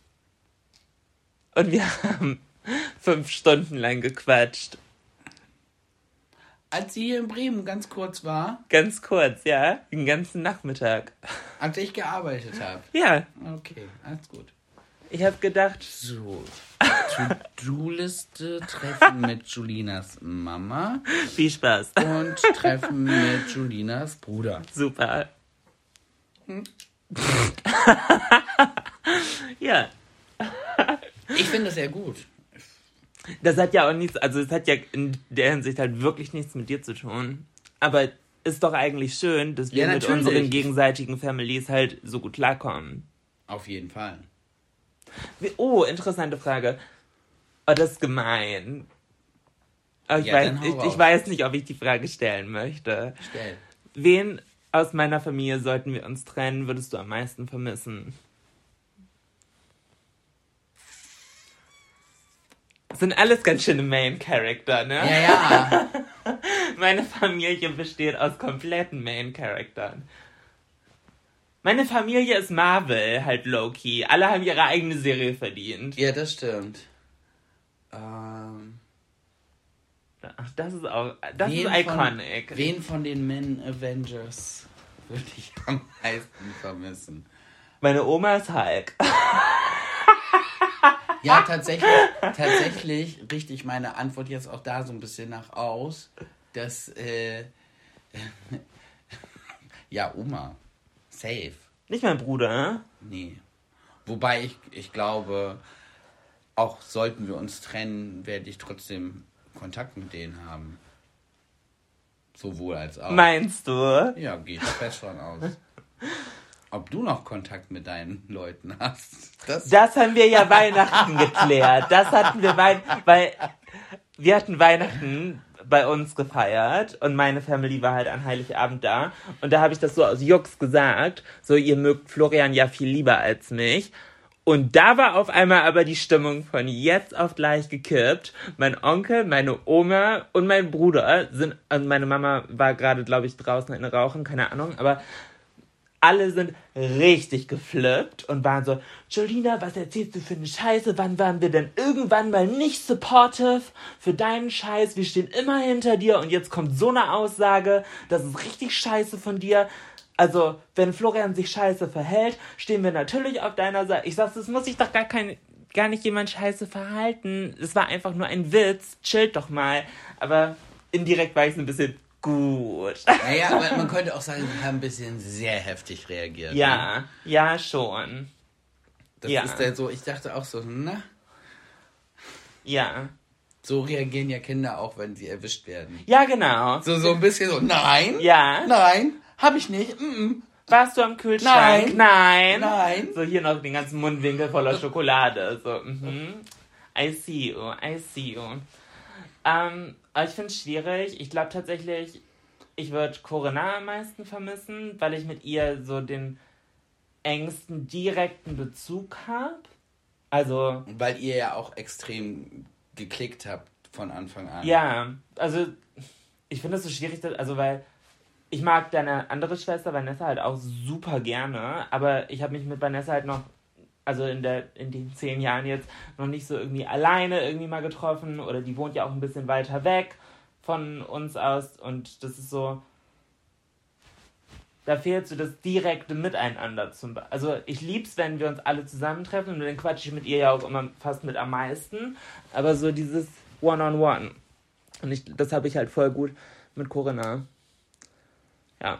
Und wir haben fünf Stunden lang gequatscht. Als sie hier in Bremen ganz kurz war, Ganz kurz, ja? Den ganzen Nachmittag. als ich gearbeitet habe. Ja, Okay, alles gut. ich habe gedacht, So, To-Do-Liste, Treffen mit Julinas Mama viel Spaß. und Treffen mit Julinas Bruder. Super. Ja, Ich finde das sehr gut. das hat ja auch nichts, also es hat ja in der Hinsicht halt wirklich nichts mit dir zu tun. Aber ist doch eigentlich schön, dass wir Ja, mit natürlich. unseren gegenseitigen Families halt so gut klarkommen. Auf jeden Fall. Wie, oh, interessante Frage. Oh, das ist gemein. Aber ich, Ja, weiß, dann hau ich, ich raus. weiß nicht, ob ich die Frage stellen möchte. Stell. Wen aus meiner Familie sollten wir uns trennen, würdest du am meisten vermissen? Das sind alles ganz schöne Main-Character, ne? Ja, ja. Meine Familie besteht aus kompletten Main-Charaktern. Meine Familie ist Marvel, halt low-key. Alle haben ihre eigene Serie verdient. Ja, das stimmt. Ähm, Ach, das ist auch, das wen ist iconic. Von, wen von den Men Avengers würde ich am meisten vermissen? Meine Oma ist Hulk. Ja, tatsächlich, tatsächlich richte ich meine Antwort jetzt auch da so ein bisschen nach aus, dass, äh, ja, Oma, safe, Nicht mein Bruder, ne? nee. Wobei ich, ich glaube, auch sollten wir uns trennen, werde ich trotzdem Kontakt mit denen haben. Sowohl als auch. Meinst du? Ja, geht fest schon aus. Ob du noch Kontakt mit deinen Leuten hast, das... Das haben wir ja Weihnachten geklärt. Das hatten wir Weihnachten, weil wir hatten Weihnachten bei uns gefeiert und meine Family war halt an Heiligabend da. Und da habe ich das so aus Jux gesagt, so ihr mögt Florian ja viel lieber als mich. Und da war auf einmal aber die Stimmung von jetzt auf gleich gekippt. Mein Onkel, meine Oma und mein Bruder sind, und meine Mama war gerade, glaube ich, draußen in Rauchen, keine Ahnung, aber alle sind richtig geflippt und waren so, Jolina, was erzählst du für eine Scheiße? Wann waren wir denn irgendwann mal nicht supportive für deinen Scheiß? Wir stehen immer hinter dir und jetzt kommt so eine Aussage, das ist richtig scheiße von dir. Also, wenn Florian sich scheiße verhält, stehen wir natürlich auf deiner Seite. Ich sag, das muss sich doch gar kein, gar nicht jemand scheiße verhalten. Es war einfach nur ein Witz. Chillt doch mal. Aber indirekt war ich so ein bisschen gut. Naja, aber man könnte auch sagen, wir haben ein bisschen sehr heftig reagiert. Ne? Ja, ja, schon. Das ja. ist ja so, ich dachte auch so, na, Ja. so reagieren ja Kinder auch, wenn sie erwischt werden. Ja, genau. So, so ein bisschen so, nein, Ja. nein, hab ich nicht, mm, Warst du am Kühlschrank? Nein. Nein. Nein. So hier noch den ganzen Mundwinkel voller Schokolade. So, mhm. I see you, I see you. Ähm, aber ich finde es schwierig. Ich glaube tatsächlich, ich würde Corinna am meisten vermissen, weil ich mit ihr so den engsten direkten Bezug habe. Also, weil ihr ja auch extrem geklickt habt von Anfang an. ja, also ich finde das so schwierig, dass- also weil ich mag deine andere Schwester Vanessa halt auch super gerne, aber ich habe mich mit Vanessa halt noch, also in der in den zehn Jahren jetzt, noch nicht so irgendwie alleine irgendwie mal getroffen oder die wohnt ja auch ein bisschen weiter weg von uns aus und das ist so, da fehlt so das direkte Miteinander. Zum Be- also ich lieb's, wenn wir uns alle zusammentreffen und dann quatsche ich mit ihr ja auch immer fast mit am meisten, aber so dieses One-on-One. Und ich, das habe ich halt voll gut mit Corinna. Ja.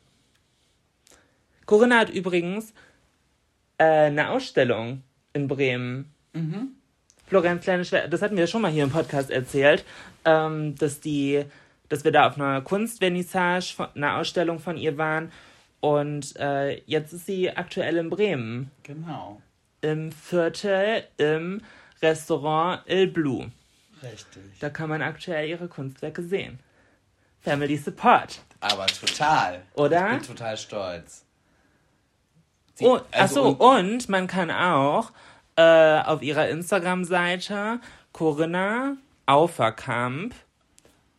Corinna hat übrigens äh, eine Ausstellung in Bremen. Mhm. Florians kleine Schwester, das hatten wir schon mal hier im Podcast erzählt, ähm, dass die, dass wir da auf einer Kunstvernissage, von, einer Ausstellung von ihr waren und äh, jetzt ist sie aktuell in Bremen. Genau. Im Viertel, im Restaurant Il Blue. Richtig. Da kann man aktuell ihre Kunstwerke sehen. Family Support. Aber total. Oder? Ich bin total stolz. Sie- Oh, also achso, und- und man kann auch äh, auf ihrer Instagram-Seite Corinna Auferkamp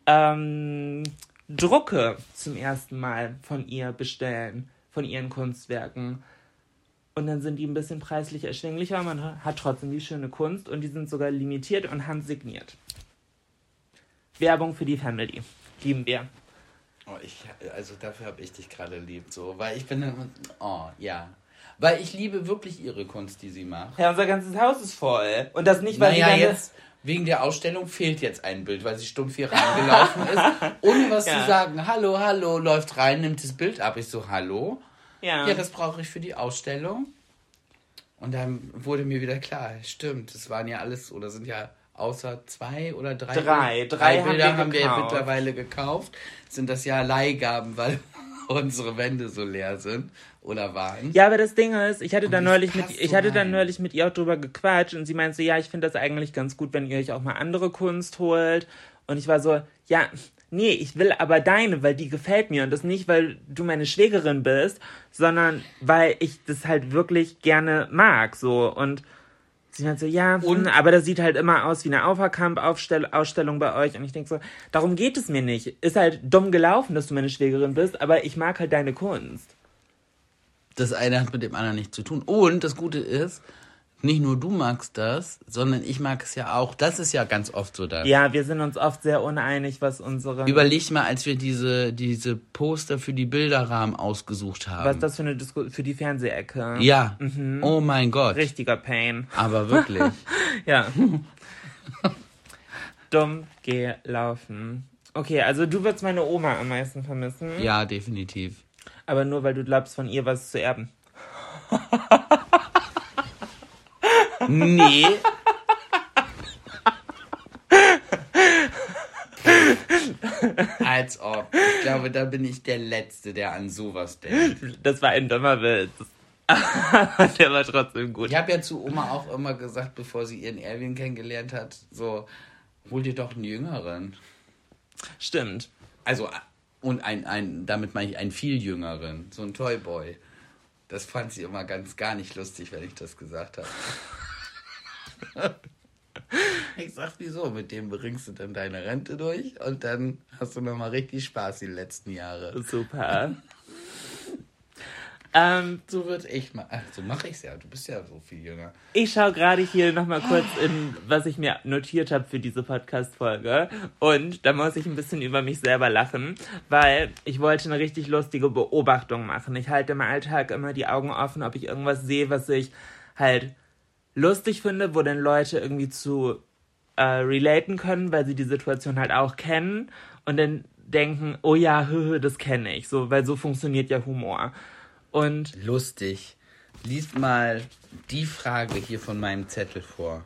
ähm, Drucke zum ersten Mal von ihr bestellen, von ihren Kunstwerken. Und dann sind die ein bisschen preislich erschwinglicher, man hat trotzdem die schöne Kunst und die sind sogar limitiert und handsigniert. Werbung für die Family. Lieben wir. Oh, ich, also dafür habe ich dich gerade lieb, so, weil ich bin, oh, ja. Weil ich liebe wirklich ihre Kunst, die sie macht. Ja, unser ganzes Haus ist voll. Und das nicht, weil naja, sie dann jetzt, wegen der Ausstellung fehlt jetzt ein Bild, weil sie stumpf hier reingelaufen ist, ohne was ja. zu sagen. Hallo, hallo, läuft rein, nimmt das Bild ab. Ich so, hallo? Ja. Ja, das brauche ich für die Ausstellung. Und dann wurde mir wieder klar, stimmt, das waren ja alles, oder sind ja außer zwei oder drei, drei, drei, drei Bilder haben, haben wir, wir mittlerweile gekauft. Sind das ja Leihgaben, weil unsere Wände so leer sind oder waren. Ja, aber das Ding ist, ich hatte und dann neulich mit so ich hatte rein. dann neulich mit ihr auch drüber gequatscht und sie meinte so, ja, ich finde das eigentlich ganz gut, wenn ihr euch auch mal andere Kunst holt. Und ich war so, ja, nee, ich will aber deine, weil die gefällt mir und das nicht, weil du meine Schwägerin bist, sondern weil ich das halt wirklich gerne mag, so. Und sie meinte so, ja, und? aber das sieht halt immer aus wie eine Auferkamp-Ausstellung bei euch. Und ich denke so, darum geht es mir nicht. Ist halt dumm gelaufen, dass du meine Schwägerin bist, aber ich mag halt deine Kunst. Das eine hat mit dem anderen nichts zu tun. Und das Gute ist, nicht nur du magst das, sondern ich mag es ja auch. Das ist ja ganz oft so das. Ja, wir sind uns oft sehr uneinig, was unsere... Überleg mal, als wir diese, diese Poster für die Bilderrahmen ausgesucht haben. Was ist das für eine Disku- für die Fernsehecke? Ja. Mhm. Oh mein Gott. Richtiger Pain. Aber wirklich. Ja. Dumm gelaufen. Okay, also du würdest meine Oma am meisten vermissen. Ja, definitiv. Aber nur, weil du glaubst, von ihr was zu erben. Nee. Als ob. Ich glaube, da bin ich der Letzte, der an sowas denkt. Das war ein dummer Witz. Der war trotzdem gut. Ich habe ja zu Oma auch immer gesagt, bevor sie ihren Erwin kennengelernt hat, so, hol dir doch einen Jüngeren. Stimmt. Also, und ein, ein, damit meine ich einen viel Jüngeren, so ein Toyboy. Das fand sie immer ganz gar nicht lustig, wenn ich das gesagt habe. Ich sag, wieso? Mit dem bringst du dann deine Rente durch und dann hast du nochmal richtig Spaß die letzten Jahre. Super. ähm, so würde ich mal. Ach, so mache ich's ja. Du bist ja so viel jünger. Ich schaue gerade hier nochmal kurz in, was ich mir notiert habe für diese Podcast-Folge. Und da muss ich ein bisschen über mich selber lachen, weil ich wollte eine richtig lustige Beobachtung machen. Ich halte im Alltag immer die Augen offen, ob ich irgendwas sehe, was ich halt lustig finde, wo dann Leute irgendwie zu äh, relaten können, weil sie die Situation halt auch kennen und dann denken, oh ja, hö, das kenne ich, so, weil so funktioniert ja Humor. Und lustig. Lies mal die Frage hier von meinem Zettel vor.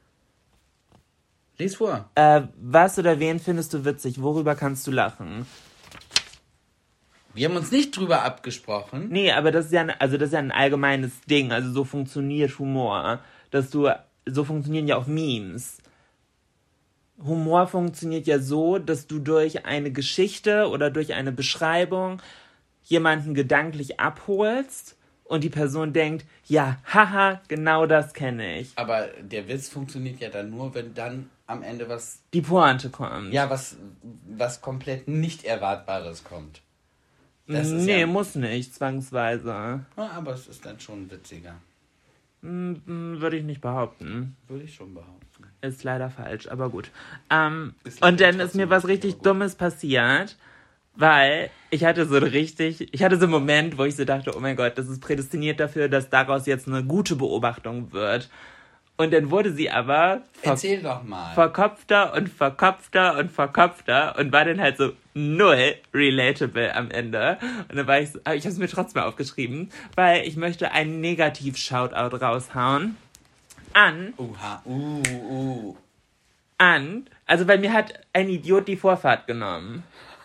Lies vor. Äh, was oder wen findest du witzig? Worüber kannst du lachen? Wir haben uns nicht drüber abgesprochen. Nee, aber das ist ja, ein, also das ist ja ein allgemeines Ding. Also so funktioniert Humor. Dass du, so funktionieren ja auch Memes. Humor funktioniert ja so, dass du durch eine Geschichte oder durch eine Beschreibung jemanden gedanklich abholst und die Person denkt, ja, haha, genau das kenne ich. Aber der Witz funktioniert ja dann nur, wenn dann am Ende was... Die Pointe kommt. Ja, was, was komplett nicht Erwartbares kommt. Das ist nee, ja, muss nicht, zwangsweise. Ja, aber es ist dann schon witziger. Hm, würde ich nicht behaupten. Würde ich schon behaupten. Ist leider falsch, aber gut. Ähm, und dann ist mir was richtig Dummes passiert, weil ich hatte so richtig, ich hatte so einen Moment, wo ich so dachte, oh mein Gott, das ist prädestiniert dafür, dass daraus jetzt eine gute Beobachtung wird. Und dann wurde sie aber ver- Erzähl doch mal. verkopfter und verkopfter und verkopfter und war dann halt so null relatable am Ende. Und dann war ich so, ich habe es mir trotzdem aufgeschrieben, weil ich möchte einen Negativ-Shoutout raushauen an... Uha, uh, uh. An, also bei mir hat ein Idiot die Vorfahrt genommen.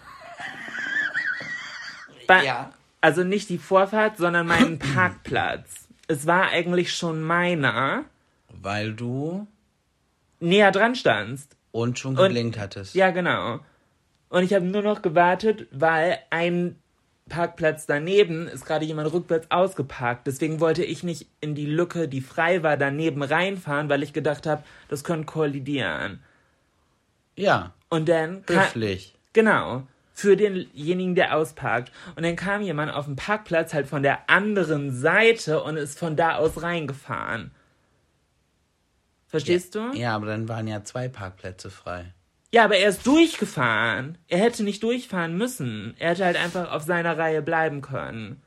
Bei, Ja. Also nicht die Vorfahrt, sondern meinen Parkplatz. Es war eigentlich schon meiner. Weil du näher dran standst. Und schon geblinkt und, hattest. Ja, genau. Und ich habe nur noch gewartet, weil ein Parkplatz daneben ist gerade jemand rückwärts ausgeparkt. Deswegen wollte ich nicht in die Lücke, die frei war, daneben reinfahren, weil ich gedacht habe, das könnte kollidieren. Ja. Und dann... Höflich. Genau. Für denjenigen, der ausparkt. Und dann kam jemand auf den Parkplatz halt von der anderen Seite und ist von da aus reingefahren. Verstehst ja, du? Ja, aber dann waren ja zwei Parkplätze frei. Ja, aber er ist durchgefahren. Er hätte nicht durchfahren müssen. Er hätte halt einfach auf seiner Reihe bleiben können.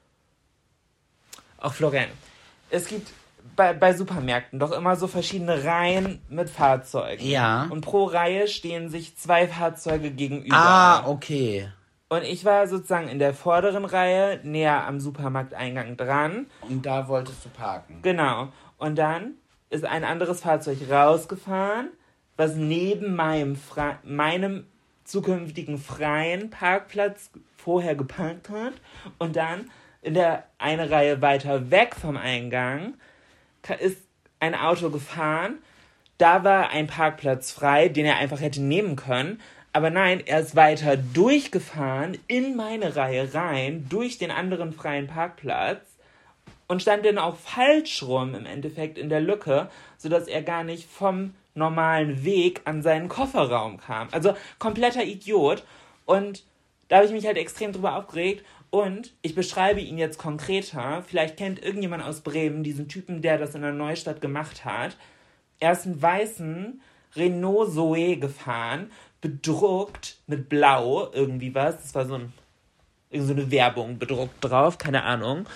Auch Florian, es gibt bei, bei Supermärkten doch immer so verschiedene Reihen mit Fahrzeugen. Ja. Und pro Reihe stehen sich zwei Fahrzeuge gegenüber. Ah, okay. Und ich war sozusagen in der vorderen Reihe, näher am Supermarkteingang dran. Und da wolltest du parken. Genau. Und dann ist ein anderes Fahrzeug rausgefahren, was neben meinem, Fre- meinem zukünftigen freien Parkplatz vorher geparkt hat. Und dann in der eine Reihe weiter weg vom Eingang ist ein Auto gefahren. Da war ein Parkplatz frei, den er einfach hätte nehmen können. Aber nein, er ist weiter durchgefahren in meine Reihe rein, durch den anderen freien Parkplatz und stand dann auch falsch rum im Endeffekt in der Lücke, sodass er gar nicht vom normalen Weg an seinen Kofferraum kam. Also kompletter Idiot. Und da habe ich mich halt extrem drüber aufgeregt. Und ich beschreibe ihn jetzt konkreter. Vielleicht kennt irgendjemand aus Bremen diesen Typen, der das in der Neustadt gemacht hat. Er ist einen weißen Renault Zoe gefahren, bedruckt mit Blau, irgendwie was. Das war so, ein, so eine Werbung bedruckt drauf, keine Ahnung.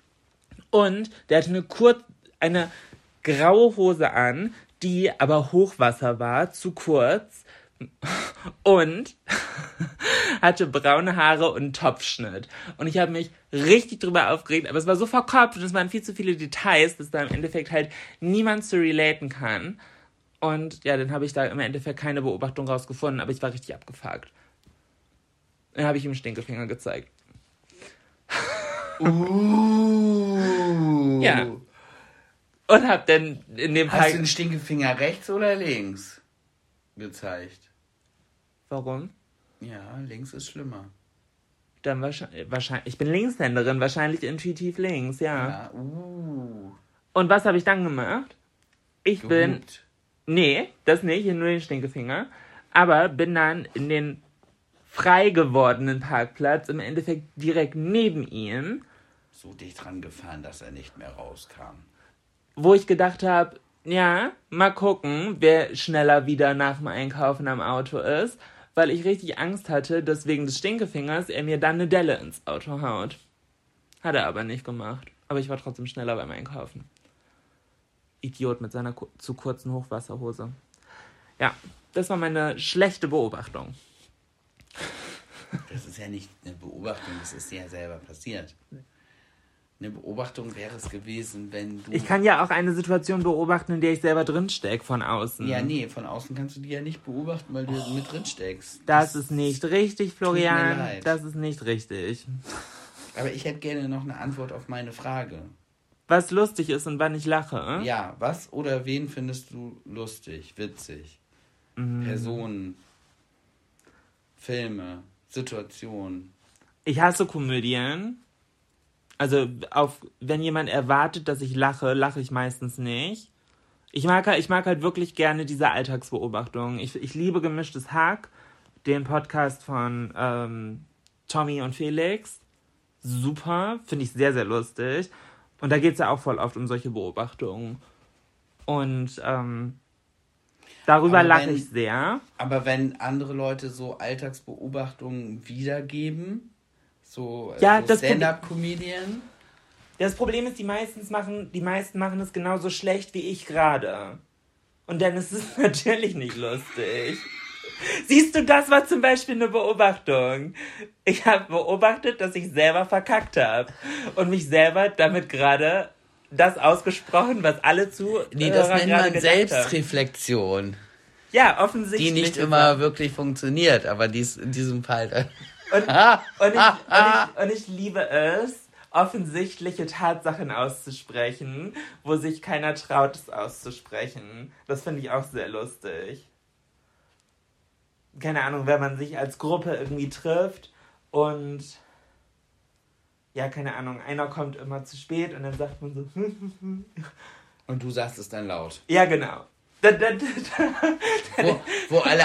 Und der hatte eine, kurz, eine graue Hose an, die aber Hochwasser war, zu kurz. Und hatte braune Haare und einen Topfschnitt. Und ich habe mich richtig drüber aufgeregt, aber es war so verkopft und es waren viel zu viele Details, dass da im Endeffekt halt niemand zu relaten kann. Und ja, dann habe ich da im Endeffekt keine Beobachtung rausgefunden, aber ich war richtig abgefuckt. Dann habe ich ihm Stinkefinger gezeigt. Uh. Ja. Und hab dann in dem Hast Fall... du den Stinkefinger rechts oder links gezeigt? Warum? Ja, links ist schlimmer. Dann wahrscheinlich, wahrscheinlich... Ich bin Linkshänderin, wahrscheinlich intuitiv links, ja. Ja, uh. Und was habe ich dann gemacht? Ich Gehupt. bin... Nee, das nicht, nur den Stinkefinger. Aber bin dann in den frei gewordenen Parkplatz, im Endeffekt direkt neben ihm, So dicht dran gefahren, dass er nicht mehr rauskam. wo ich gedacht habe, ja, mal gucken, wer schneller wieder nach dem Einkaufen am Auto ist, weil ich richtig Angst hatte, dass wegen des Stinkefingers er mir dann eine Delle ins Auto haut. Hat er aber nicht gemacht. Aber ich war trotzdem schneller beim Einkaufen. Idiot mit seiner ku- zu kurzen Hochwasserhose. Ja, das war meine schlechte Beobachtung. Das ist ja nicht eine Beobachtung, das ist ja selber passiert. Eine Beobachtung wäre es gewesen, wenn du... Ich kann ja auch eine Situation beobachten, in der ich selber drinstecke von außen. Ja, nee, von außen kannst du die ja nicht beobachten, weil du oh, mit drin steckst. Das, das ist nicht richtig, Florian. Tut mir leid. Das ist nicht richtig. Aber ich hätte gerne noch eine Antwort auf meine Frage. Was lustig ist und wann ich lache. Ja, was oder wen findest du lustig, witzig? Mhm. Personen, Filme, Situationen. Ich hasse Komödien. Also, auf, wenn jemand erwartet, dass ich lache, lache ich meistens nicht. Ich mag, ich mag halt wirklich gerne diese Alltagsbeobachtung. Ich, ich liebe Gemischtes Hack, den Podcast von ähm, Tommy und Felix. Super, finde ich sehr, sehr lustig. Und da geht es ja auch voll oft um solche Beobachtungen. Und ähm, darüber Aber lache wenn- ich sehr. Aber wenn andere Leute so Alltagsbeobachtungen wiedergeben, so, äh, Ja, so das Stand-up-Comedian, Das Problem ist, die meistens machen, die meisten machen es genauso schlecht wie ich gerade. Und dann ist es natürlich nicht lustig. Siehst du, das war zum Beispiel eine Beobachtung. Ich habe beobachtet, dass ich selber verkackt habe. Und mich selber damit gerade das ausgesprochen, was alle zu nee, das nennt man gedacht haben. Selbstreflexion, Ja, offensichtlich. die nicht ist immer das. wirklich funktioniert, aber dies in diesem Fall. Und, und, ich, und, ich, und ich liebe es, offensichtliche Tatsachen auszusprechen, wo sich keiner traut, es auszusprechen. Das finde ich auch sehr lustig. Keine Ahnung, wenn man sich als Gruppe irgendwie trifft und ja, keine Ahnung, einer kommt immer zu spät und dann sagt man so Und du sagst es dann laut. ja, genau. Da, da, da, Wo, wo alle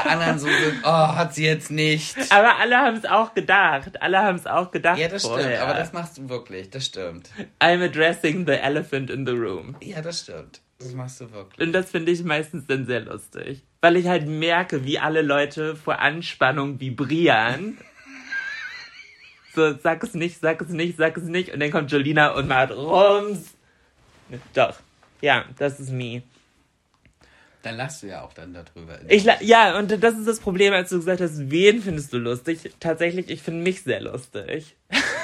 alle anderen so sind, oh, hat sie jetzt nicht. Aber alle haben es auch gedacht. Alle haben es auch gedacht. Ja, das vorher. stimmt, aber das machst du wirklich, das stimmt. I'm addressing the elephant in the room. Ja, das stimmt. Das machst du wirklich. Und das finde ich meistens dann sehr lustig. Weil ich halt merke, wie alle Leute vor Anspannung vibrieren. So, sag es nicht, sag es nicht, sag es nicht. Und dann kommt Jolina und macht Rums. Doch. Ja, das ist me. Dann lachst du ja auch dann darüber. Ich la- ja, und das ist das Problem, als du gesagt hast, wen findest du lustig? Tatsächlich, ich finde mich sehr lustig.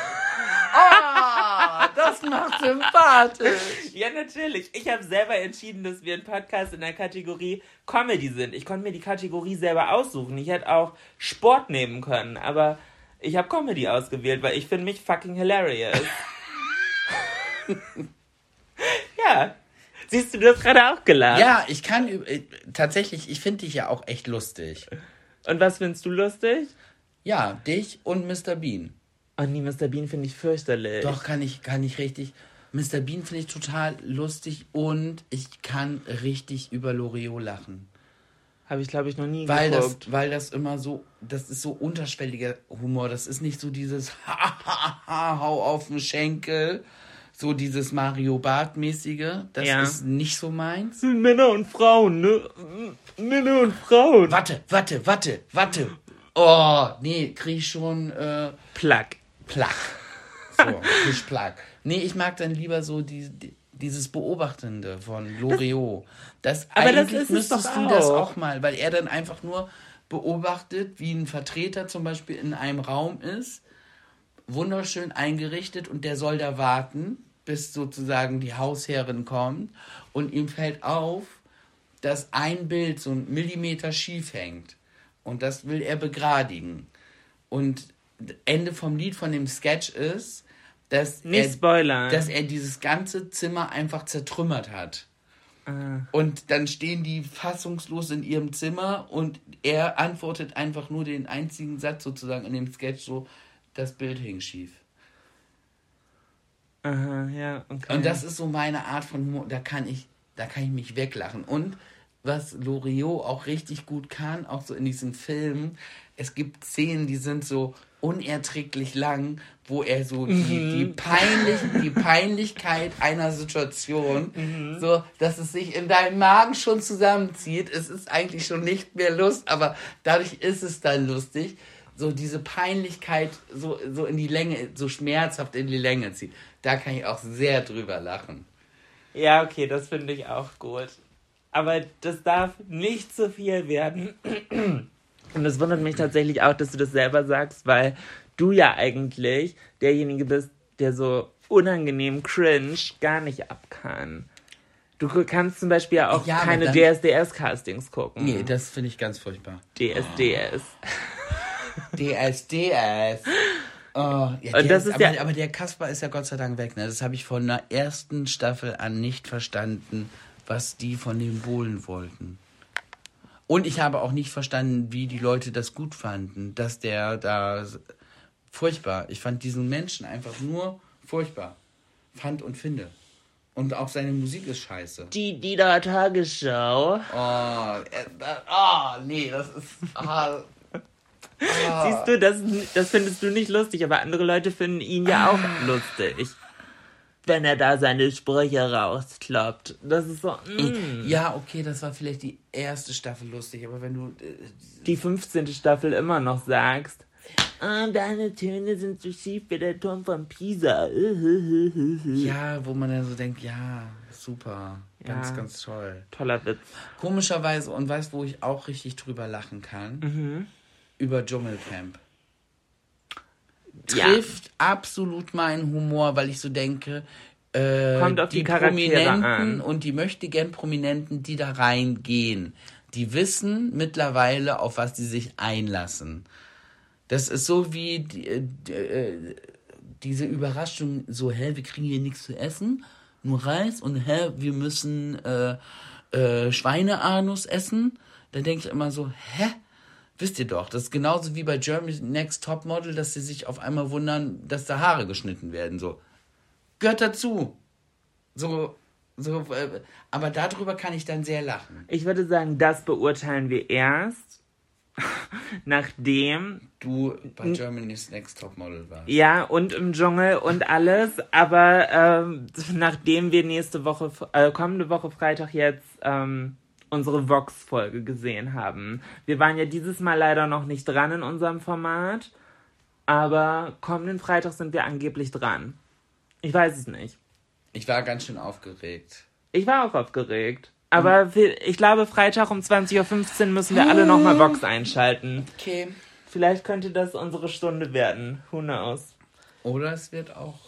Ah, das macht sympathisch. Ja, natürlich. Ich habe selber entschieden, dass wir ein Podcast in der Kategorie Comedy sind. Ich konnte mir die Kategorie selber aussuchen. Ich hätte auch Sport nehmen können, aber ich habe Comedy ausgewählt, weil ich finde mich fucking hilarious. Ja. Siehst du, du hast gerade auch gelacht. Ja, ich kann, äh, tatsächlich, ich finde dich ja auch echt lustig. Und was findest du lustig? Ja, dich und Mister Bean. Oh nee, Mister Bean finde ich fürchterlich. Doch, kann ich, kann ich richtig. Mister Bean finde ich total lustig und ich kann richtig über Loriot lachen. Habe ich, glaube ich, noch nie weil geguckt. Das, weil das immer so, das ist so unterschwelliger Humor. Das ist nicht so dieses hau auf den Schenkel, so dieses Mario Barth-mäßige. Das ja. ist nicht so meins. Männer und Frauen, ne? Männer und Frauen. Warte, warte, warte, warte. Oh, nee, krieg ich schon äh, Plack. Plack. So, krieg ich Plack. Nee, ich mag dann lieber so die, die dieses Beobachtende von Loriot. Das, aber das eigentlich ist müsstest es doch du auch. das auch mal, weil er dann einfach nur beobachtet, wie ein Vertreter zum Beispiel in einem Raum ist, wunderschön eingerichtet und der soll da warten, bis sozusagen die Hausherrin kommt und ihm fällt auf, dass ein Bild so einen Millimeter schief hängt und das will er begradigen. Und Ende vom Lied von dem Sketch ist, dass Nicht er, spoilern. dass er dieses ganze Zimmer einfach zertrümmert hat. Ah. Und dann stehen die fassungslos in ihrem Zimmer und er antwortet einfach nur den einzigen Satz sozusagen in dem Sketch so, das Bild hing schief. Aha, ja, okay. Und das ist so meine Art von Humor, da kann ich, da kann ich mich weglachen. Und was Loriot auch richtig gut kann, auch so in diesen Filmen, es gibt Szenen, die sind so unerträglich lang, wo er so die, mhm. die, Peinlich, die Peinlichkeit einer Situation, mhm. so, dass es sich in deinem Magen schon zusammenzieht. Es ist eigentlich schon nicht mehr Lust, aber dadurch ist es dann lustig. So diese Peinlichkeit so, so in die Länge, so schmerzhaft in die Länge zieht. Da kann ich auch sehr drüber lachen. Ja, okay, das finde ich auch gut. Aber das darf nicht zu viel werden. Und es wundert mich tatsächlich auch, dass du das selber sagst, weil du ja eigentlich derjenige bist, der so unangenehm cringe gar nicht ab kann. Du kannst zum Beispiel auch ja, keine D S D S-Castings gucken. Nee, das finde ich ganz furchtbar. D S D S. D S D S. Oh, ja, Und das ist, ist aber, ja, aber der Kasper ist ja Gott sei Dank weg. Ne? Das habe ich von der ersten Staffel an nicht verstanden, was die von den Bohlen wollten. Und ich habe auch nicht verstanden, wie die Leute das gut fanden, dass der da furchtbar. Ich fand diesen Menschen einfach nur furchtbar. Fand und finde. Und auch seine Musik ist scheiße. Die, die da Tagesschau. Oh, äh, oh nee, das ist... Ah, ah. Siehst du, das, das findest du nicht lustig, aber andere Leute finden ihn ja auch ah. lustig. Wenn er da seine Sprüche rauskloppt. Das ist so... Mm. Ja, okay, das war vielleicht die erste Staffel lustig, aber wenn du... Äh, die fünfzehnte Staffel immer noch sagst, ah, deine Töne sind so schief wie der Turm von Pisa. Ja, wo man dann so denkt, ja, super, ganz, ja, ganz toll. Toller Witz. Komischerweise, und weißt, wo ich auch richtig drüber lachen kann? Mhm. Über Dschungelcamp. Trifft ja. absolut meinen Humor, weil ich so denke, äh, Kommt auf die, die Prominenten an. Und die möchtegern Prominenten, die da reingehen, die wissen mittlerweile, auf was sie sich einlassen. Das ist so wie die, äh, äh, diese Überraschung, so, hä, wir kriegen hier nichts zu essen, nur Reis und hä, wir müssen äh, äh, Schweineanus essen. Da denke ich immer so, hä? Wisst ihr doch, das ist genauso wie bei Germany's Next Topmodel, dass sie sich auf einmal wundern, dass da Haare geschnitten werden. So, gehört dazu. So, so, äh, aber darüber kann ich dann sehr lachen. Ich würde sagen, das beurteilen wir erst, nachdem du bei Germany's Next Topmodel warst. Ja, und im Dschungel und alles, aber ähm, nachdem wir nächste Woche, äh, kommende Woche Freitag jetzt ähm, unsere Vox-Folge gesehen haben. Wir waren ja dieses Mal leider noch nicht dran in unserem Format, aber kommenden Freitag sind wir angeblich dran. Ich weiß es nicht. Ich war ganz schön aufgeregt. Ich war auch aufgeregt. Aber hm. ich glaube, Freitag um zwanzig Uhr fünfzehn müssen wir alle nochmal Vox einschalten. Okay. Vielleicht könnte das unsere Stunde werden. Who knows? Oder es wird auch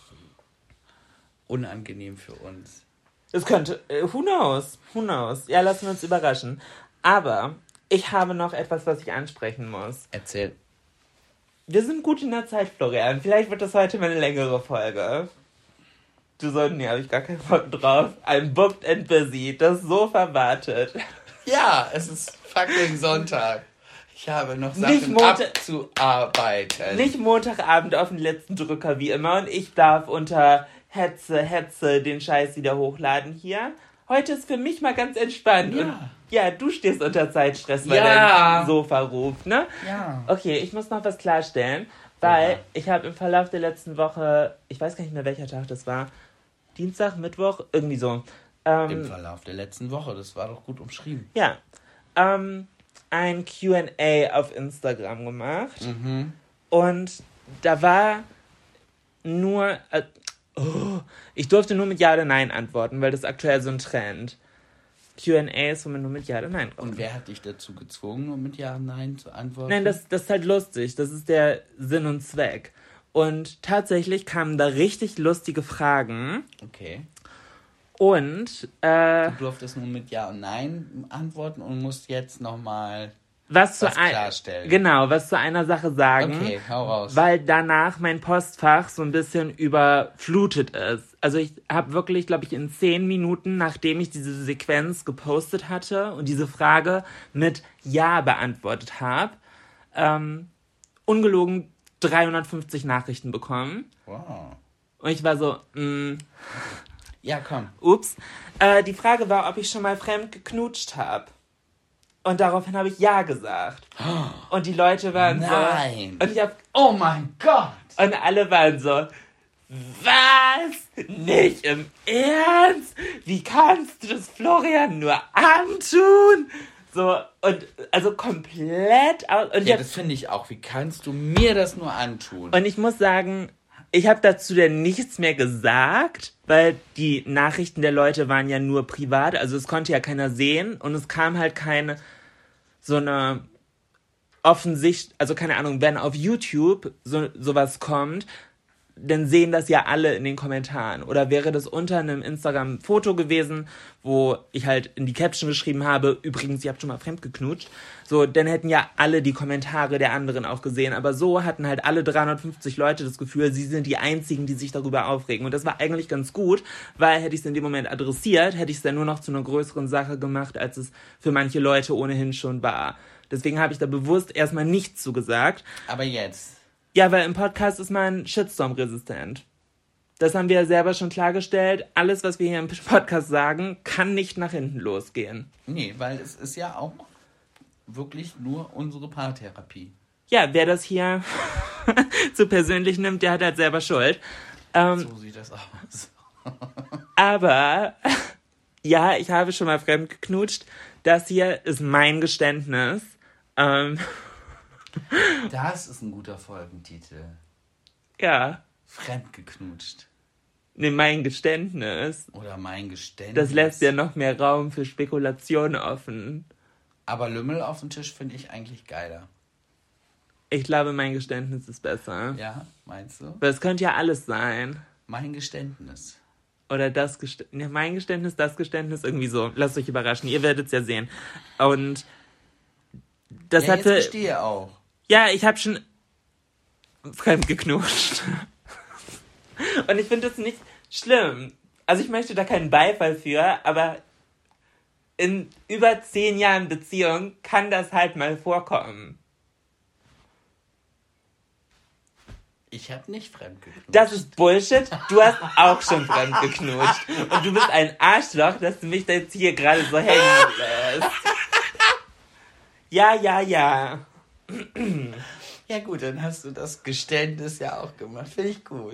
unangenehm für uns. Es könnte, who knows? Who knows? Ja, lassen wir uns überraschen. Aber ich habe noch etwas, was ich ansprechen muss. Erzähl. Wir sind gut in der Zeit, Florian. Vielleicht wird das heute mal eine längere Folge. Du sollst, nee, habe ich gar keinen Bock drauf. I'm booked and busy. Das Sofa wartet. Ja, es ist fucking Sonntag. Ich habe noch Sachen nicht Monta- abzuarbeiten. Nicht Montagabend auf den letzten Drücker wie immer und ich darf unter Hetze, Hetze den Scheiß wieder hochladen hier. Heute ist für mich mal ganz entspannt. Ja. Und ja, du stehst unter Zeitstress, weil ja. dein Sofa ruft, ne? Ja. Okay, ich muss noch was klarstellen, weil ja. ich habe im Verlauf der letzten Woche, ich weiß gar nicht mehr, welcher Tag das war, Dienstag, Mittwoch, irgendwie so. Ähm, Im Verlauf der letzten Woche, das war doch gut umschrieben. Ja, ähm, ein Q and A auf Instagram gemacht. Mhm. Und da war nur, äh, oh, ich durfte nur mit Ja oder Nein antworten, weil das ist aktuell so ein Trend. Q and A ist, wo man nur mit Ja oder Nein drauf. Und wer hat dich dazu gezwungen, nur mit Ja und Nein zu antworten? Nein, das, das ist halt lustig. Das ist der Sinn und Zweck. Und tatsächlich kamen da richtig lustige Fragen. Okay. Und, äh... Du durftest nur mit Ja und Nein antworten und musst jetzt nochmal was, was zu ein, klarstellen. Genau, was zu einer Sache sagen. Okay, hau raus. Weil danach mein Postfach so ein bisschen überflutet ist. Also ich habe wirklich, glaube ich, in zehn Minuten, nachdem ich diese Sequenz gepostet hatte und diese Frage mit Ja beantwortet habe, ähm, ungelogen dreihundertfünfzig Nachrichten bekommen. Wow. Und ich war so, mh, ja, komm. Ups. Äh, die Frage war, ob ich schon mal fremd geknutscht habe. Und daraufhin habe ich Ja gesagt. Und die Leute waren Nein. so... Und ich hab, oh mein Gott. Und alle waren so, was? Nicht im Ernst? Wie kannst du das Florian nur antun? So, und also komplett... Und ja, das finde ich auch. Wie kannst du mir das nur antun? Und ich muss sagen, ich habe dazu dann nichts mehr gesagt, weil die Nachrichten der Leute waren ja nur privat, also es konnte ja keiner sehen und es kam halt keine so eine Offensicht, also keine Ahnung, wenn auf YouTube so sowas kommt, dann sehen das ja alle in den Kommentaren. Oder wäre das unter einem Instagram-Foto gewesen, wo ich halt in die Caption geschrieben habe, übrigens, ihr habt schon mal fremd geknutscht, so, dann hätten ja alle die Kommentare der anderen auch gesehen. Aber so hatten halt alle dreihundertfünfzig Leute das Gefühl, sie sind die Einzigen, die sich darüber aufregen. Und das war eigentlich ganz gut, weil hätte ich es in dem Moment adressiert, hätte ich es dann nur noch zu einer größeren Sache gemacht, als es für manche Leute ohnehin schon war. Deswegen habe ich da bewusst erstmal nichts zugesagt. Aber jetzt... Ja, weil im Podcast ist man Shitstorm-resistent. Das haben wir ja selber schon klargestellt. Alles, was wir hier im Podcast sagen, kann nicht nach hinten losgehen. Nee, weil es ist ja auch wirklich nur unsere Paartherapie. Ja, wer das hier zu persönlich nimmt, der hat halt selber Schuld. Ähm, so sieht das aus. aber, ja, ich habe schon mal fremd geknutscht. Das hier ist mein Geständnis. Ähm... Das ist ein guter Folgentitel. Ja. Fremdgeknutscht. Ne, mein Geständnis. Oder mein Geständnis. Das lässt ja noch mehr Raum für Spekulation offen. Aber Lümmel auf dem Tisch finde ich eigentlich geiler. Ich glaube, mein Geständnis ist besser. Ja, meinst du? Weil es könnte ja alles sein. Mein Geständnis. Oder das Geständnis. Ja, mein Geständnis, das Geständnis, irgendwie so. Lasst euch überraschen. Ihr werdet es ja sehen. Und das ja, hatte... jetzt verstehe auch. Ja, ich habe schon fremd geknutscht. Und ich finde das nicht schlimm. Also ich möchte da keinen Beifall für, aber in über zehn Jahren Beziehung kann das halt mal vorkommen. Ich habe nicht fremd geknutscht. Das ist Bullshit. Du hast auch schon fremd geknutscht. Und du bist ein Arschloch, dass du mich da jetzt hier gerade so hängen lässt. Ja, ja, ja. Ja gut, dann hast du das Geständnis ja auch gemacht. Finde ich gut.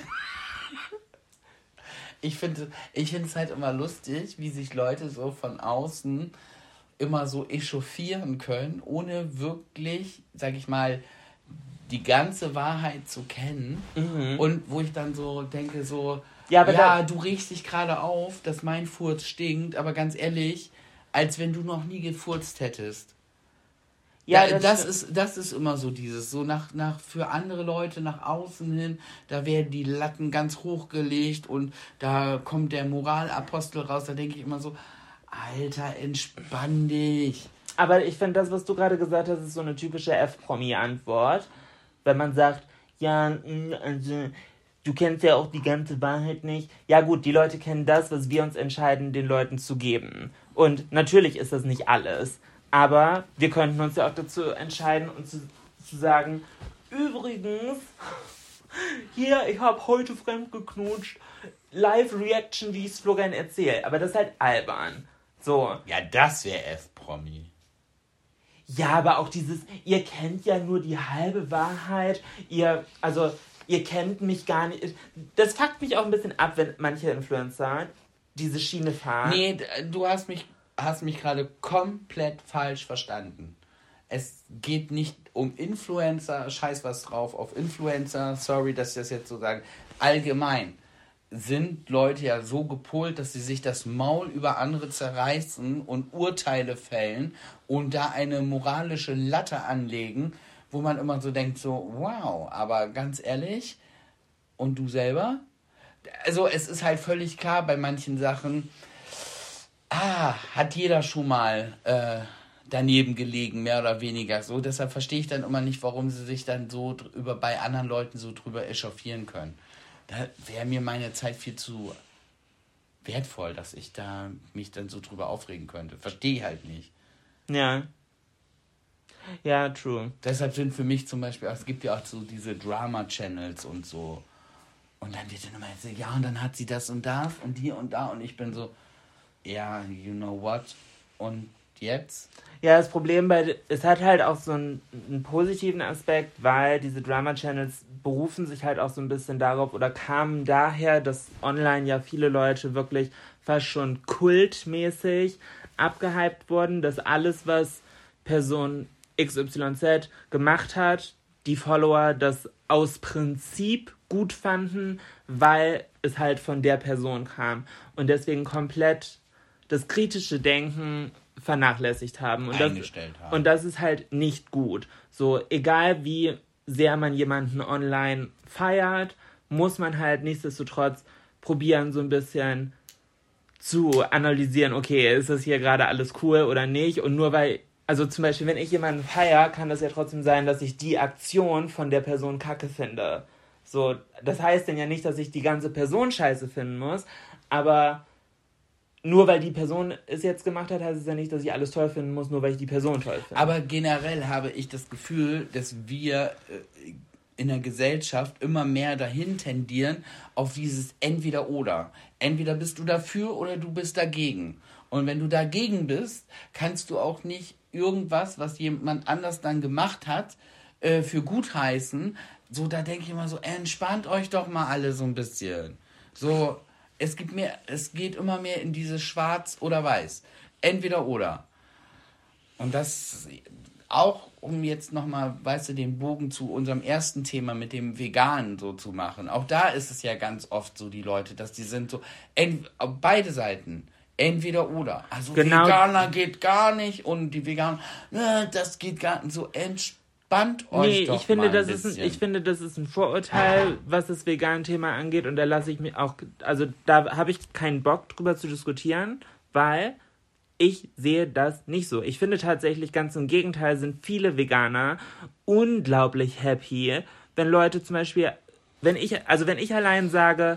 Ich finde ich finde es halt immer lustig, wie sich Leute so von außen immer so echauffieren können, ohne wirklich, sag ich mal, die ganze Wahrheit zu kennen. Mhm. Und wo ich dann so denke, so, ja, aber ja da, du regst dich gerade auf, dass mein Furz stinkt, aber ganz ehrlich, als wenn du noch nie gefurzt hättest. Ja, da, das, das ist das ist immer so dieses, so nach, nach für andere Leute nach außen hin, da werden die Latten ganz hochgelegt und da kommt der Moralapostel raus, da denke ich immer so, Alter, entspann dich. Aber ich finde, das, was du gerade gesagt hast, ist so eine typische F-Promi-Antwort, wenn man sagt, ja, also, du kennst ja auch die ganze Wahrheit nicht. Ja gut, die Leute kennen das, was wir uns entscheiden, den Leuten zu geben. Und natürlich ist das nicht alles. Aber wir könnten uns ja auch dazu entscheiden und zu, zu sagen, übrigens, hier, ich habe heute fremd geknutscht, Live-Reaction, wie ich es Florian erzähle. Aber das ist halt albern. So. Ja, das wäre F-Promi. Ja, aber auch dieses, ihr kennt ja nur die halbe Wahrheit, ihr, also, ihr kennt mich gar nicht. Das fuckt mich auch ein bisschen ab, wenn manche Influencer diese Schiene fahren. Nee, du hast mich... hast mich gerade komplett falsch verstanden. Es geht nicht um Influencer, scheiß was drauf auf Influencer, sorry, dass ich das jetzt so sage. Allgemein sind Leute ja so gepolt, dass sie sich das Maul über andere zerreißen und Urteile fällen und da eine moralische Latte anlegen, wo man immer so denkt, so, wow, aber ganz ehrlich, und du selber? Also es ist halt völlig klar bei manchen Sachen, ah, hat jeder schon mal äh, daneben gelegen, mehr oder weniger so. Deshalb verstehe ich dann immer nicht, warum sie sich dann so drüber, bei anderen Leuten so drüber echauffieren können. Da wäre mir meine Zeit viel zu wertvoll, dass ich da mich dann so drüber aufregen könnte. Verstehe ich halt nicht. Ja. Ja, true. Deshalb sind für mich zum Beispiel, es gibt ja auch so diese Drama-Channels und so. Und dann wird dann immer gesagt, ja, und dann hat sie das und das und hier und da. Und ich bin so, ja, you know what? Und jetzt? Ja, das Problem bei, es hat halt auch so einen, einen positiven Aspekt, weil diese Drama-Channels berufen sich halt auch so ein bisschen darauf oder kamen daher, dass online ja viele Leute wirklich fast schon kultmäßig abgehypt wurden, dass alles, was Person X Y Z gemacht hat, die Follower das aus Prinzip gut fanden, weil es halt von der Person kam und deswegen komplett das kritische Denken vernachlässigt haben. Und eingestellt das, haben. Und das ist halt nicht gut. So, egal wie sehr man jemanden online feiert, muss man halt nichtsdestotrotz probieren, so ein bisschen zu analysieren, okay, ist das hier gerade alles cool oder nicht? Und nur weil, also zum Beispiel, wenn ich jemanden feiere, kann das ja trotzdem sein, dass ich die Aktion von der Person kacke finde. So, das heißt dann ja nicht, dass ich die ganze Person scheiße finden muss, aber nur weil die Person es jetzt gemacht hat, heißt es ja nicht, dass ich alles toll finden muss, nur weil ich die Person toll finde. Aber generell habe ich das Gefühl, dass wir äh, in der Gesellschaft immer mehr dahin tendieren, auf dieses Entweder-Oder. Entweder bist du dafür oder du bist dagegen. Und wenn du dagegen bist, kannst du auch nicht irgendwas, was jemand anders dann gemacht hat, äh, für gut heißen. So, da denke ich immer so, entspannt euch doch mal alle so ein bisschen. So, es gibt mehr, es geht immer mehr in dieses Schwarz oder Weiß. Entweder oder. Und das auch, um jetzt nochmal, weißt du, den Bogen zu unserem ersten Thema mit dem Veganen so zu machen. Auch da ist es ja ganz oft so, die Leute, dass die sind so, ent, beide Seiten, entweder oder. Also genau. Veganer geht gar nicht und die Veganer, ne, das geht gar nicht, so entspannt. Euch nee, doch ich finde, mal das ein ist ein, ich finde, das ist ein Vorurteil, was das Vegan-Thema angeht. Und da lasse ich mich auch, also da habe ich keinen Bock drüber zu diskutieren, weil ich sehe das nicht so. Ich finde tatsächlich ganz im Gegenteil, sind viele Veganer unglaublich happy, wenn Leute zum Beispiel, wenn ich, also wenn ich allein sage,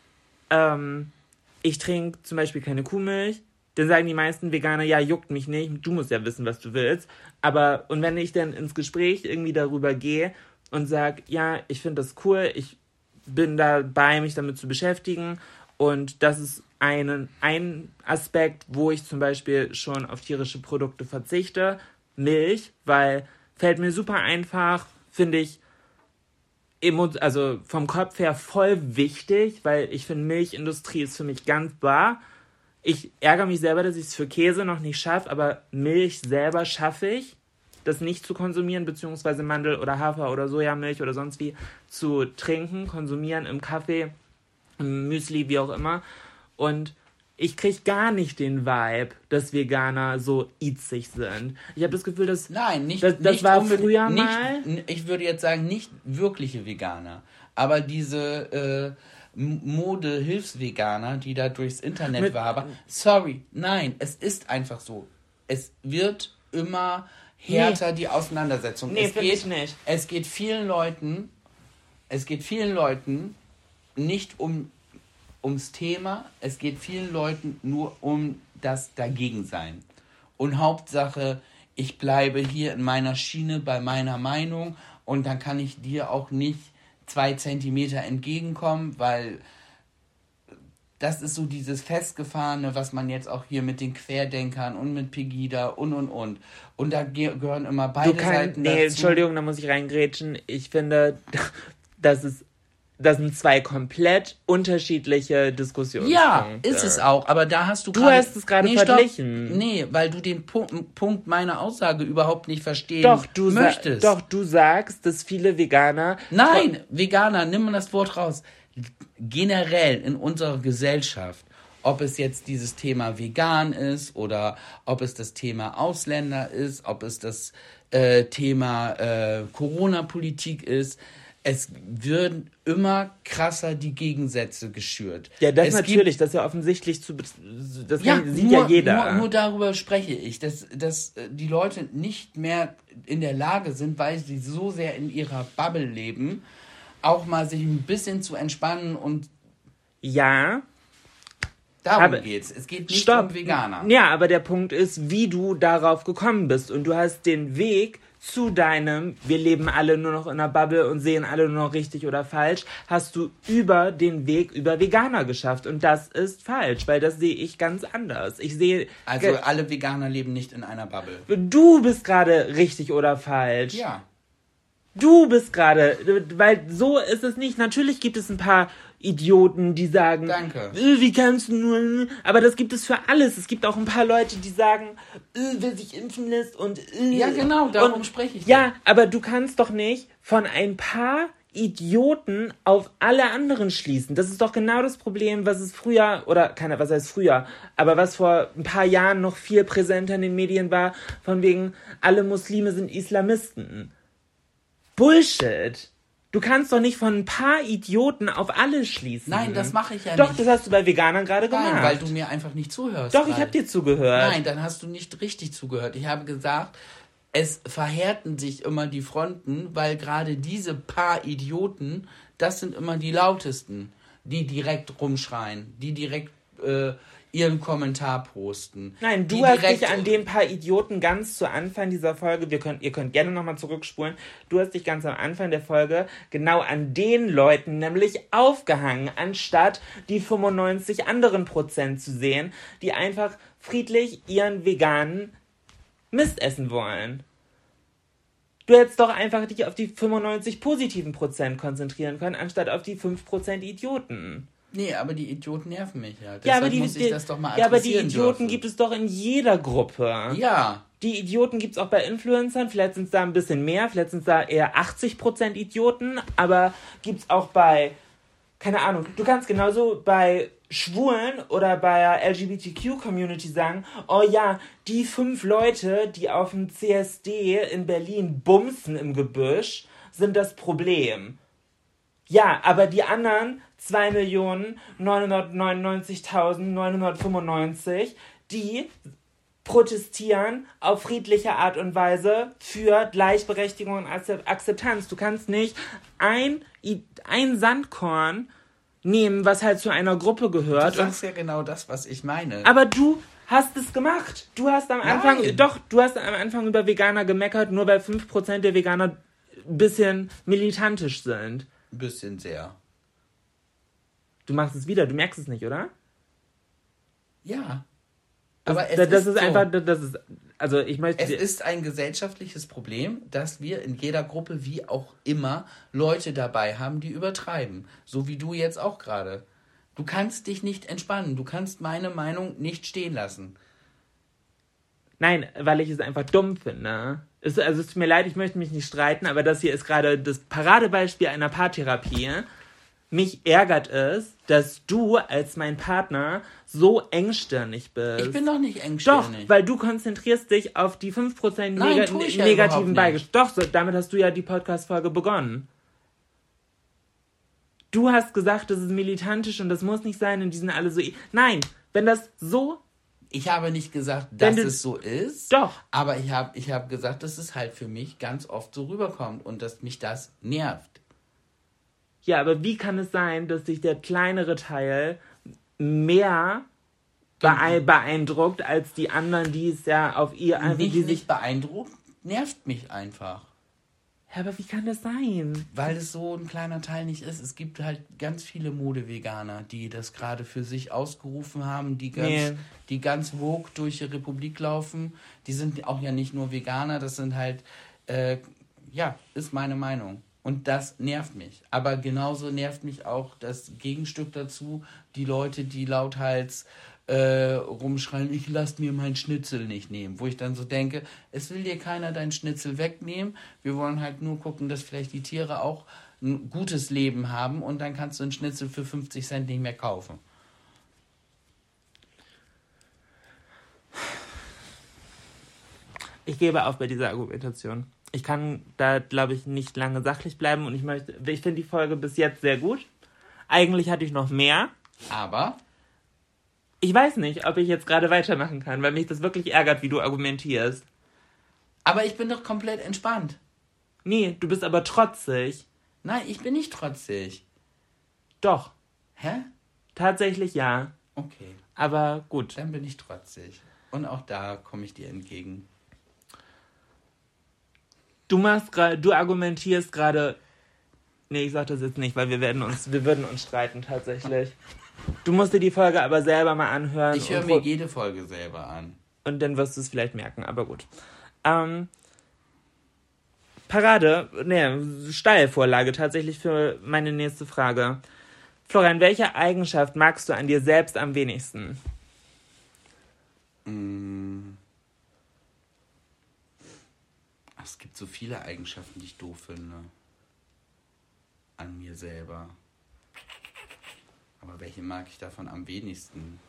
ähm, ich trinke zum Beispiel keine Kuhmilch, dann sagen die meisten Veganer, ja, juckt mich nicht, du musst ja wissen, was du willst. Aber, und wenn ich dann ins Gespräch irgendwie darüber gehe und sage, ja, ich finde das cool, ich bin dabei, mich damit zu beschäftigen und das ist einen, ein Aspekt, wo ich zum Beispiel schon auf tierische Produkte verzichte, Milch, weil fällt mir super einfach, finde ich, emo- also vom Kopf her voll wichtig, weil ich finde, Milchindustrie ist für mich ganz wahr. Ich ärgere mich selber, dass ich es für Käse noch nicht schaffe, aber Milch selber schaffe ich, das nicht zu konsumieren, beziehungsweise Mandel- oder Hafer- oder Sojamilch oder sonst wie zu trinken, konsumieren im Kaffee, im Müsli, wie auch immer. Und ich kriege gar nicht den Vibe, dass Veganer so itzig sind. Ich habe das Gefühl, dass... Nein, nicht... Das, das nicht war unbedingt- früher nicht, mal... Ich würde jetzt sagen, nicht wirkliche Veganer. Aber diese äh, Mode-Hilfsveganer, die da durchs Internet Mit- wabern. Sorry, nein, es ist einfach so. Es wird immer härter, die Auseinandersetzung. Nee, es finde geht, ich nicht. Es geht vielen Leuten... Es geht vielen Leuten nicht um... ums Thema, es geht vielen Leuten nur um das Dagegensein. Und Hauptsache, ich bleibe hier in meiner Schiene bei meiner Meinung und dann kann ich dir auch nicht zwei Zentimeter entgegenkommen, weil das ist so dieses Festgefahrene, was man jetzt auch hier mit den Querdenkern und mit Pegida und und und. Und da ge- gehören immer beide Du kann, Seiten nee, dazu. Entschuldigung, da muss ich reingrätschen. Ich finde, das ist... Das sind zwei komplett unterschiedliche Diskussionspunkte. Ja, ist es auch, aber da hast du Du gerade... hast es gerade nee, stopp. verglichen. Nee, weil du den Punkt, Punkt meiner Aussage überhaupt nicht verstehen Doch, du möchtest. Sa- doch, du sagst, dass viele Veganer... Nein, Veganer, nimm mal das Wort raus. Generell in unserer Gesellschaft, ob es jetzt dieses Thema vegan ist oder ob es das Thema Ausländer ist, ob es das äh, Thema äh, Corona-Politik ist, es würden immer krasser die Gegensätze geschürt. Ja, das es natürlich, gibt, das ist ja offensichtlich zu... Das ja, kann, sieht nur, ja jeder. Nur, nur darüber spreche ich, dass, dass äh, die Leute nicht mehr in der Lage sind, weil sie so sehr in ihrer Bubble leben, auch mal sich ein bisschen zu entspannen und Ja, darum aber- geht's. Es geht nicht stopp. um Veganer. Ja, aber der Punkt ist, wie du darauf gekommen bist. Und du hast den Weg zu deinem, wir leben alle nur noch in einer Bubble und sehen alle nur noch richtig oder falsch, hast du über den Weg über Veganer geschafft. Und das ist falsch, weil das sehe ich ganz anders. Ich sehe... Also alle Veganer leben nicht in einer Bubble. Du bist gerade richtig oder falsch. Ja. Du bist gerade, weil so ist es nicht. Natürlich gibt es ein paar Idioten, die sagen, Danke. Äh, wie kannst du nur, aber das gibt es für alles. Es gibt auch ein paar Leute, die sagen, äh, wer sich impfen lässt und äh, Ja, genau, darum und, spreche ich. Ja, aber du kannst doch nicht von ein paar Idioten auf alle anderen schließen. Das ist doch genau das Problem, was es früher, oder keine, was heißt früher, aber was vor ein paar Jahren noch viel präsenter in den Medien war, von wegen, alle Muslime sind Islamisten. Bullshit. Du kannst doch nicht von ein paar Idioten auf alle schließen. Nein, das mache ich ja Doch, nicht. das hast du bei Veganern gerade gemacht. Nein, weil du mir einfach nicht zuhörst. Doch, ich gerade. habe dir zugehört. Nein, dann hast du nicht richtig zugehört. Ich habe gesagt, es verhärten sich immer die Fronten, weil gerade diese paar Idioten, das sind immer die lautesten, die direkt rumschreien, die direkt äh, ihren Kommentar posten. Nein, du die hast direkt- dich an den paar Idioten ganz zu Anfang dieser Folge, wir könnt, ihr könnt gerne nochmal zurückspulen, du hast dich ganz am Anfang der Folge genau an den Leuten nämlich aufgehangen, anstatt die fünfundneunzig anderen Prozent zu sehen, die einfach friedlich ihren veganen Mist essen wollen. Du hättest doch einfach dich auf die fünfundneunzig positiven Prozent konzentrieren können, anstatt auf die fünf Prozent Idioten. Nee, aber die Idioten nerven mich ja. Ja, Deshalb aber die, muss ich die, das doch mal ja, aber die adressieren Idioten dürfen. gibt es doch in jeder Gruppe. Ja, Die Idioten gibt es auch bei Influencern. Vielleicht sind es da ein bisschen mehr. Vielleicht sind es da eher achtzig Prozent Idioten. Aber gibt es auch bei, keine Ahnung, du kannst genauso bei Schwulen oder bei der L G B T Q-Community sagen, oh ja, die fünf Leute, die auf dem C S D in Berlin bumsen im Gebüsch, sind das Problem. Ja, aber die anderen zwei Millionen neunhundertneunundneunzigtausendneunhundertfünfundneunzig, die protestieren auf friedliche Art und Weise für Gleichberechtigung und Akzeptanz. Du kannst nicht ein, ein Sandkorn nehmen, was halt zu einer Gruppe du gehört. sagst ja genau das, was ich meine. Aber du hast es gemacht. Du hast am Anfang, Nein. doch, du hast am Anfang über Veganer gemeckert, nur weil fünf Prozent der Veganer ein bisschen militantisch sind. Ein bisschen sehr. Du machst es wieder, du merkst es nicht, oder? Ja. Das, Aber es das, das ist ist so. einfach, das ist, also ich möchte... Es ist ein gesellschaftliches Problem, dass wir in jeder Gruppe, wie auch immer, Leute dabei haben, die übertreiben. So wie du jetzt auch gerade. Du kannst dich nicht entspannen. Du kannst meine Meinung nicht stehen lassen. Nein, weil ich es einfach dumm finde. Es, also es tut mir leid, ich möchte mich nicht streiten, aber das hier ist gerade das Paradebeispiel einer Paartherapie. Mich ärgert es, dass du als mein Partner so engstirnig bist. Ich bin doch nicht engstirnig. Doch, weil du konzentrierst dich auf die fünf Prozent Nein, neg- tue ich ja negativen überhaupt Beigeschmack. Doch, so, damit hast du ja die Podcast-Folge begonnen. Du hast gesagt, das ist militantisch und das muss nicht sein und die sind alle so... E- Nein, wenn das so... Ich habe nicht gesagt, dass du, es so ist. Doch. Aber ich habe ich hab gesagt, dass es halt für mich ganz oft so rüberkommt und dass mich das nervt. Ja, aber wie kann es sein, dass sich der kleinere Teil mehr bee- beeindruckt als die anderen, die es ja auf ihr... Mich die sich nicht beeindruckt, nervt mich einfach. Ja, aber wie kann das sein? Weil es so ein kleiner Teil nicht ist. Es gibt halt ganz viele Modeveganer, die das gerade für sich ausgerufen haben, die ganz, Nee. die ganz vogue durch die Republik laufen. Die sind auch ja nicht nur Veganer, das sind halt, äh, ja, ist meine Meinung. Und das nervt mich. Aber genauso nervt mich auch das Gegenstück dazu, die Leute, die lauthals äh, rumschreien, ich lass mir mein Schnitzel nicht nehmen. Wo ich dann so denke, es will dir keiner dein Schnitzel wegnehmen. Wir wollen halt nur gucken, dass vielleicht die Tiere auch ein gutes Leben haben und dann kannst du einen Schnitzel für fünfzig Cent nicht mehr kaufen. Ich gebe auf bei dieser Argumentation. Ich kann da, glaube ich, nicht lange sachlich bleiben und ich möchte, ich finde die Folge bis jetzt sehr gut. Eigentlich hatte ich noch mehr. Aber Ich weiß nicht, ob ich jetzt gerade weitermachen kann, weil mich das wirklich ärgert, wie du argumentierst. Aber ich bin doch komplett entspannt. Nee, du bist aber trotzig. Nein, ich bin nicht trotzig. Doch, Hä? tatsächlich ja. Okay, Aber gut. dann bin ich trotzig. Und auch da komme ich dir entgegen. Du machst gerade, du argumentierst gerade. Nee, ich sag das jetzt nicht, weil wir werden uns, wir würden uns streiten tatsächlich. Du musst dir die Folge aber selber mal anhören. Ich höre und mir wo- jede Folge selber an. Und dann wirst du es vielleicht merken, aber gut. Ähm, Parade, ne, Steilvorlage tatsächlich für meine nächste Frage. Florian, welche Eigenschaft magst du an dir selbst am wenigsten? Mm. Ach, es gibt so viele Eigenschaften, die ich doof finde. An mir selber. Aber welche mag ich davon am wenigsten?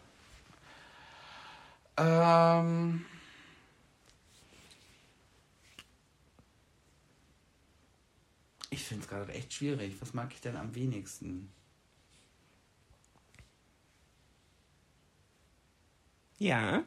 Ähm... Ich finde es gerade echt schwierig. Was mag ich denn am wenigsten? Ja.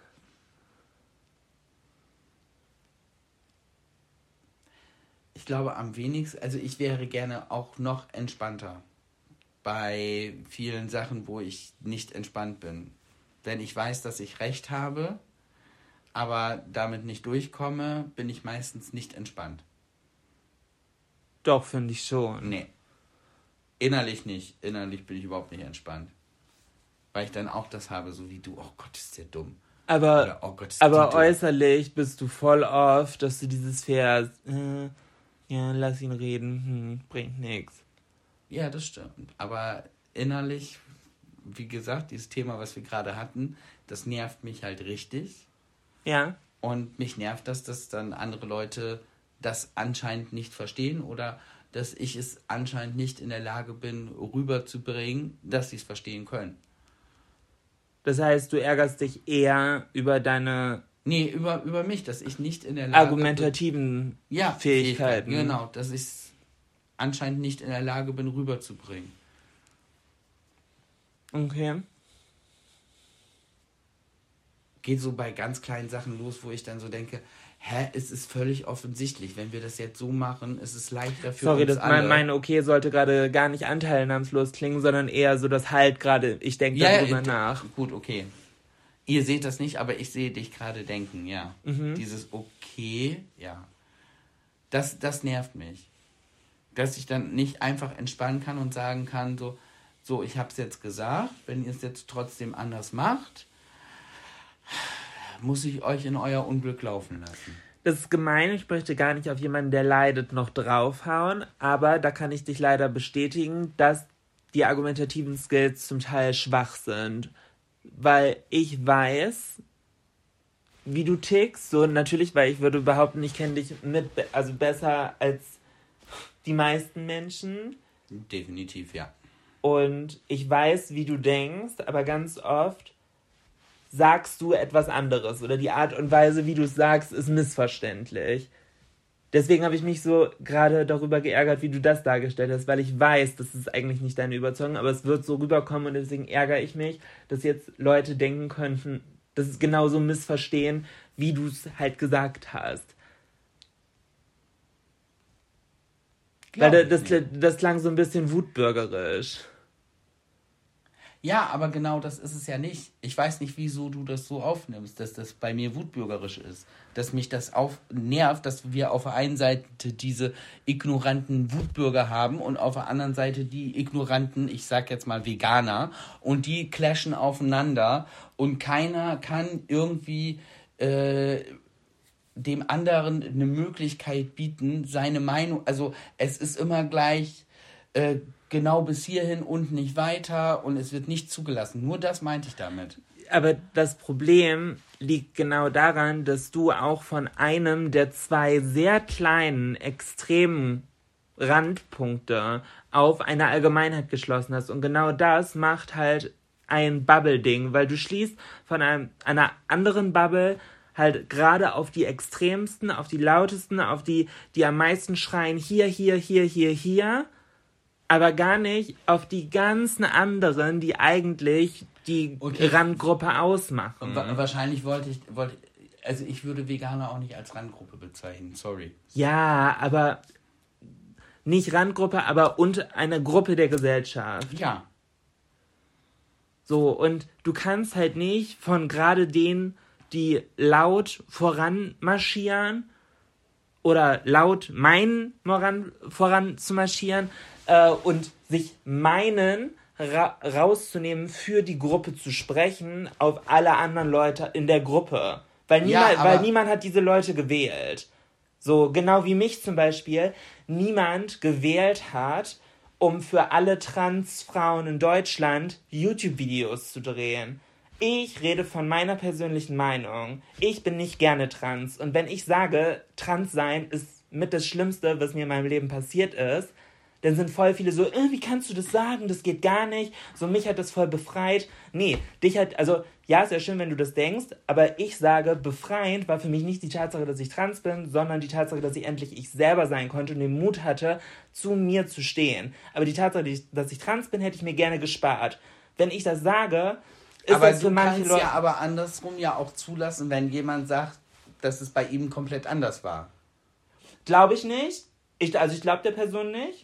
Ich glaube am wenigsten, also ich wäre gerne auch noch entspannter bei vielen Sachen, wo ich nicht entspannt bin. Wenn ich weiß, dass ich recht habe, aber damit nicht durchkomme, bin ich meistens nicht entspannt. Doch, finde ich schon. Nee. Innerlich nicht. Innerlich bin ich überhaupt nicht entspannt. Weil ich dann auch das habe, so wie du, oh Gott, ist der dumm. Aber, Oder, oh Gott, ist aber die dumm. äußerlich bist du voll oft, dass du dieses Vers, äh, ja, lass ihn reden, hm, bringt nichts. Ja, das stimmt. Aber innerlich, wie gesagt, dieses Thema, was wir gerade hatten, das nervt mich halt richtig. Ja. Und mich nervt das, dass dann andere Leute das anscheinend nicht verstehen oder dass ich es anscheinend nicht in der Lage bin, rüberzubringen, dass sie es verstehen können. Das heißt, du ärgerst dich eher über deine Nee, über, über mich, dass ich nicht in der Lage argumentativen bin, ja, Fähigkeiten. Genau, dass ich es anscheinend nicht in der Lage bin, rüberzubringen. Okay. Geht so bei ganz kleinen Sachen los, wo ich dann so denke, hä, es ist völlig offensichtlich, wenn wir das jetzt so machen, ist es leichter für Sorry, uns das alle. mein, mein Okay sollte gerade gar nicht anteilnahmslos klingen, sondern eher so, dass halt gerade, ich denke ja, darüber ja, nach. Gut, okay. Ihr seht das nicht, aber ich sehe dich gerade denken, ja. Mhm. Dieses Okay, ja. Das, das nervt mich. Dass ich dann nicht einfach entspannen kann und sagen kann, so, so ich habe es jetzt gesagt, wenn ihr es jetzt trotzdem anders macht, muss ich euch in euer Unglück laufen lassen. Das ist gemein, ich möchte gar nicht auf jemanden, der leidet, noch draufhauen, aber da kann ich dich leider bestätigen, dass die argumentativen Skills zum Teil schwach sind. Weil ich weiß, wie du tickst, so natürlich, weil ich würde behaupten, ich kenne dich mit, also besser als die meisten Menschen. Definitiv, ja. Und ich weiß, wie du denkst, aber ganz oft sagst du etwas anderes oder die Art und Weise, wie du es sagst, ist missverständlich. Deswegen habe ich mich so gerade darüber geärgert, wie du das dargestellt hast, weil ich weiß, das ist eigentlich nicht deine Überzeugung, aber es wird so rüberkommen und deswegen ärgere ich mich, dass jetzt Leute denken könnten, dass es genauso missverstehen, wie du es halt gesagt hast. Glaub weil das, das, das klang so ein bisschen wutbürgerisch. Ja, aber genau das ist es ja nicht. Ich weiß nicht, wieso du das so aufnimmst, dass das bei mir wutbürgerisch ist. Dass mich das auf nervt, dass wir auf der einen Seite diese ignoranten Wutbürger haben und auf der anderen Seite die ignoranten, ich sag jetzt mal Veganer, und die clashen aufeinander und keiner kann irgendwie äh, dem anderen eine Möglichkeit bieten, seine Meinung, also es ist immer gleich äh, genau bis hierhin und nicht weiter und es wird nicht zugelassen. Nur das meinte ich damit. Aber das Problem liegt genau daran, dass du auch von einem der zwei sehr kleinen, extremen Randpunkte auf eine Allgemeinheit geschlossen hast. Und genau das macht halt ein Bubble-Ding, weil du schließt von einem, einer anderen Bubble halt gerade auf die extremsten, auf die lautesten, auf die, die am meisten schreien, hier, hier, hier, hier, hier, aber gar nicht auf die ganzen anderen, die eigentlich die okay. Randgruppe ausmachen. Wa- wahrscheinlich wollte ich, wollte, also ich würde Veganer auch nicht als Randgruppe bezeichnen, sorry. Ja, aber nicht Randgruppe, aber und eine Gruppe der Gesellschaft. Ja. So, und du kannst halt nicht von gerade denen, die laut voranmarschieren oder laut meinen, voran, voran zu marschieren äh, und sich meinen, ra- rauszunehmen, für die Gruppe zu sprechen, auf alle anderen Leute in der Gruppe. Weil niemand, ja, weil niemand hat diese Leute gewählt. So, genau wie mich zum Beispiel niemand gewählt hat, um für alle Transfrauen in Deutschland YouTube-Videos zu drehen. Ich rede von meiner persönlichen Meinung. Ich bin nicht gerne trans. Und wenn ich sage, trans sein ist mit das Schlimmste, was mir in meinem Leben passiert ist, dann sind voll viele so, äh, wie kannst du das sagen? Das geht gar nicht. So, mich hat das voll befreit. Nee, dich hat, also, ja, ist ja schön, wenn du das denkst, aber ich sage, befreiend war für mich nicht die Tatsache, dass ich trans bin, sondern die Tatsache, dass ich endlich ich selber sein konnte und den Mut hatte, zu mir zu stehen. Aber die Tatsache, dass ich trans bin, hätte ich mir gerne gespart. Wenn ich das sage, ist aber das für du manche kannst Leute... ja aber andersrum ja auch zulassen, wenn jemand sagt, dass es bei ihm komplett anders war. Glaube ich nicht. Ich, also ich glaube der Person nicht.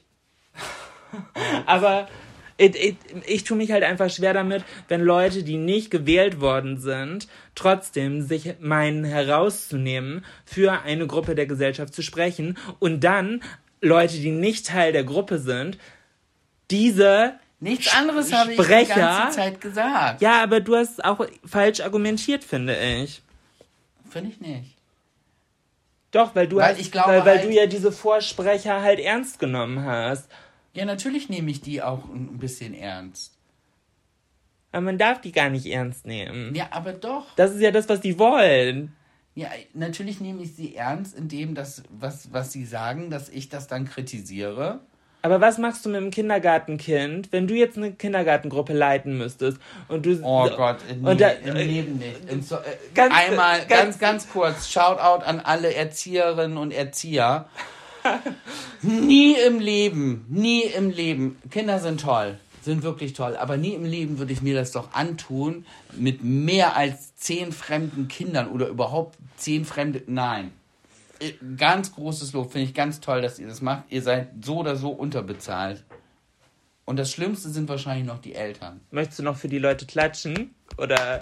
Aber ich, ich, ich tue mich halt einfach schwer damit, wenn Leute, die nicht gewählt worden sind, trotzdem sich meinen herauszunehmen, für eine Gruppe der Gesellschaft zu sprechen und dann Leute, die nicht Teil der Gruppe sind, diese Nichts anderes habe ich Sprecher, die ganze Zeit gesagt. Ja, aber du hast auch falsch argumentiert, finde ich. Finde ich nicht. Doch, weil du, weil hast, ich glaube weil, weil halt, du ja diese Vorsprecher halt ernst genommen hast. Ja, natürlich nehme ich die auch ein bisschen ernst. Aber man darf die gar nicht ernst nehmen. Ja, aber doch. Das ist ja das, was die wollen. Ja, natürlich nehme ich sie ernst, indem das, was, was sie sagen, dass ich das dann kritisiere. Aber was machst du mit einem Kindergartenkind, wenn du jetzt eine Kindergartengruppe leiten müsstest und du... Oh Gott, nee, und da, im Leben nicht. Im so, äh, ganz, einmal, ganz, ganz, ganz kurz, Shoutout an alle Erzieherinnen und Erzieher. Nie im Leben, nie im Leben. Kinder sind toll, sind wirklich toll, aber nie im Leben würde ich mir das doch antun, mit mehr als zehn fremden Kindern oder überhaupt zehn fremde... Nein. Ganz großes Lob, finde ich ganz toll, dass ihr das macht. Ihr seid so oder so unterbezahlt. Und das Schlimmste sind wahrscheinlich noch die Eltern. Möchtest du noch für die Leute klatschen? Oder...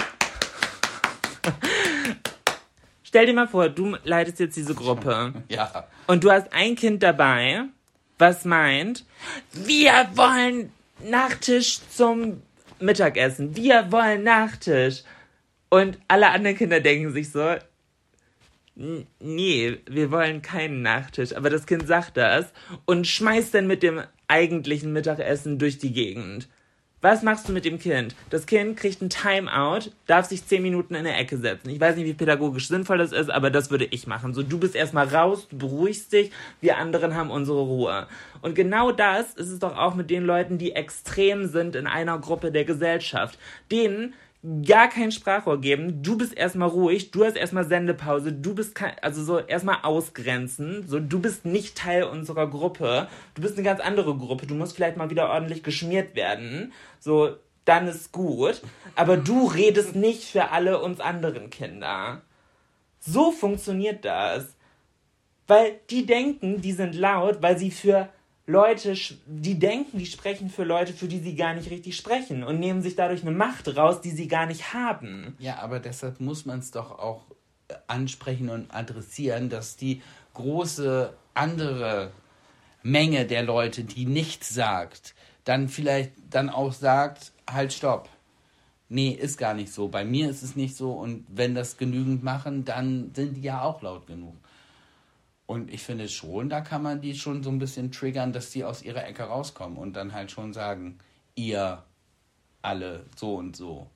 Stell dir mal vor, du leitest jetzt diese Gruppe. Ja. Und du hast ein Kind dabei, was meint, wir wollen Nachtisch zum Mittagessen. Wir wollen Nachtisch. Und alle anderen Kinder denken sich so, nee, wir wollen keinen Nachtisch. Aber das Kind sagt das und schmeißt dann mit dem eigentlichen Mittagessen durch die Gegend. Was machst du mit dem Kind? Das Kind kriegt ein Timeout, darf sich zehn Minuten in der Ecke setzen. Ich weiß nicht, wie pädagogisch sinnvoll das ist, aber das würde ich machen. So, du bist erstmal raus, du beruhigst dich, wir anderen haben unsere Ruhe. Und genau das ist es doch auch mit den Leuten, die extrem sind in einer Gruppe der Gesellschaft. Denen gar kein Sprachrohr geben, du bist erstmal ruhig, du hast erstmal Sendepause, du bist kein, also so erstmal ausgrenzen, so du bist nicht Teil unserer Gruppe, du bist eine ganz andere Gruppe, du musst vielleicht mal wieder ordentlich geschmiert werden, so, dann ist gut, aber du redest nicht für alle uns anderen Kinder. So funktioniert das. Weil die denken, die sind laut, weil sie für Leute, die denken, die sprechen für Leute, für die sie gar nicht richtig sprechen und nehmen sich dadurch eine Macht raus, die sie gar nicht haben. Ja, aber deshalb muss man es doch auch ansprechen und adressieren, dass die große andere Menge der Leute, die nichts sagt, dann vielleicht dann auch sagt, halt, stopp. Nee, ist gar nicht so. Bei mir ist es nicht so und wenn das genügend machen, dann sind die ja auch laut genug. Und ich finde schon, da kann man die schon so ein bisschen triggern, dass die aus ihrer Ecke rauskommen und dann halt schon sagen, ihr alle so und so.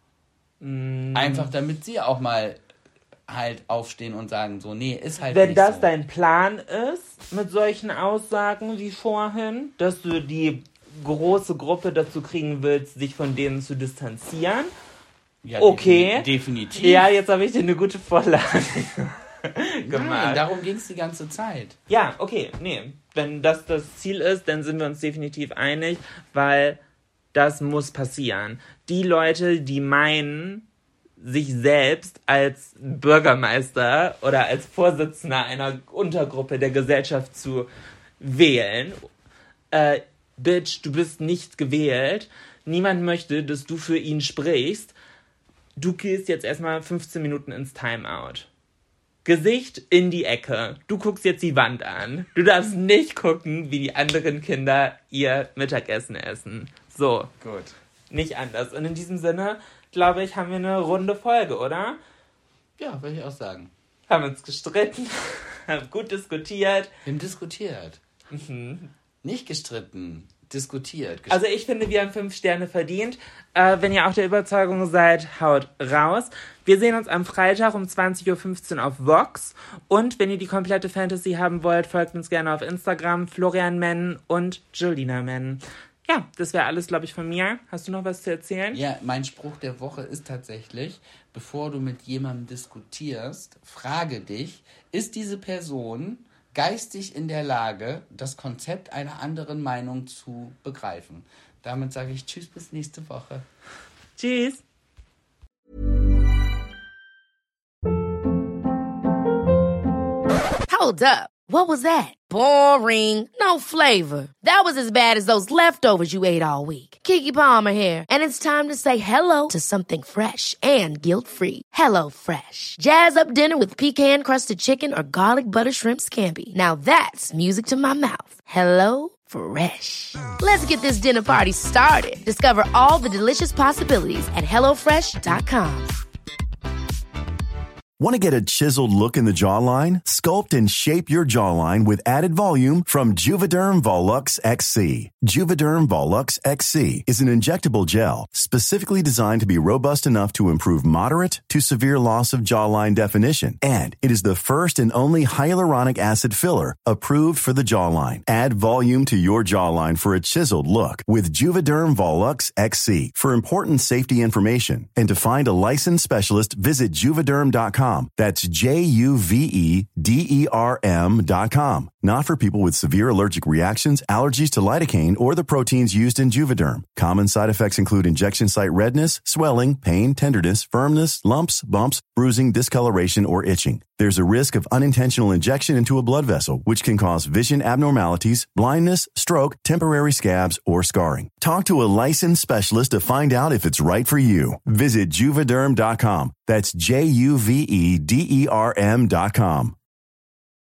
Mm. Einfach damit sie auch mal halt aufstehen und sagen, so, nee, ist halt Wenn nicht das so. dein Plan ist, mit solchen Aussagen wie vorhin, dass du die große Gruppe dazu kriegen willst, sich von denen zu distanzieren, ja, okay. Definitiv. Ja, jetzt habe ich dir eine gute Vorlage gemacht. Nein, darum ging es die ganze Zeit. Ja, okay, nee. Wenn das das Ziel ist, dann sind wir uns definitiv einig, weil das muss passieren. Die Leute, die meinen, sich selbst als Bürgermeister oder als Vorsitzender einer Untergruppe der Gesellschaft zu wählen, äh, Bitch, du bist nicht gewählt. Niemand möchte, dass du für ihn sprichst. Du gehst jetzt erstmal fünfzehn Minuten ins Timeout. Gesicht in die Ecke. Du guckst jetzt die Wand an. Du darfst nicht gucken, wie die anderen Kinder ihr Mittagessen essen. So. Gut. Nicht anders. Und in diesem Sinne, glaube ich, haben wir eine runde Folge, oder? Ja, würde ich auch sagen. Haben uns gestritten, haben gut diskutiert. Wir haben diskutiert. Mhm. Nicht gestritten. Diskutiert. Gest- Also ich finde, wir haben fünf Sterne verdient. Äh, wenn ihr auch der Überzeugung seid, haut raus. Wir sehen uns am Freitag um zwanzig Uhr fünfzehn auf Vox. Und wenn ihr die komplette Fantasy haben wollt, folgt uns gerne auf Instagram, Florian Menn und Julina Menn. Ja, das wäre alles, glaube ich, von mir. Hast du noch was zu erzählen? Ja, mein Spruch der Woche ist tatsächlich, bevor du mit jemandem diskutierst, frage dich, ist diese Person geistig in der Lage, das Konzept einer anderen Meinung zu begreifen. Damit sage ich tschüss, bis nächste Woche. Tschüss. Hold up. What was that? Boring. No flavor. That was as bad as those leftovers you ate all week. Keke Palmer here. And it's time to say hello to something fresh and guilt-free. Hello Fresh. Jazz up dinner with pecan-crusted chicken or garlic butter shrimp scampi. Now that's music to my mouth. Hello Fresh. Let's get this dinner party started. Discover all the delicious possibilities at hello fresh dot com. Want to get a chiseled look in the jawline? Sculpt and shape your jawline with added volume from Juvederm Volux X C. Juvederm Volux X C is an injectable gel specifically designed to be robust enough to improve moderate to severe loss of jawline definition. And it is the first and only hyaluronic acid filler approved for the jawline. Add volume to your jawline for a chiseled look with Juvederm Volux X C. For important safety information and to find a licensed specialist, visit juvederm dot com. That's J U V E D E R M dot com. Not for people with severe allergic reactions, allergies to lidocaine, or the proteins used in Juvederm. Common side effects include injection site redness, swelling, pain, tenderness, firmness, lumps, bumps, bruising, discoloration, or itching. There's a risk of unintentional injection into a blood vessel, which can cause vision abnormalities, blindness, stroke, temporary scabs, or scarring. Talk to a licensed specialist to find out if it's right for you. Visit Juvederm dot com. That's J U V E D E R M dot com.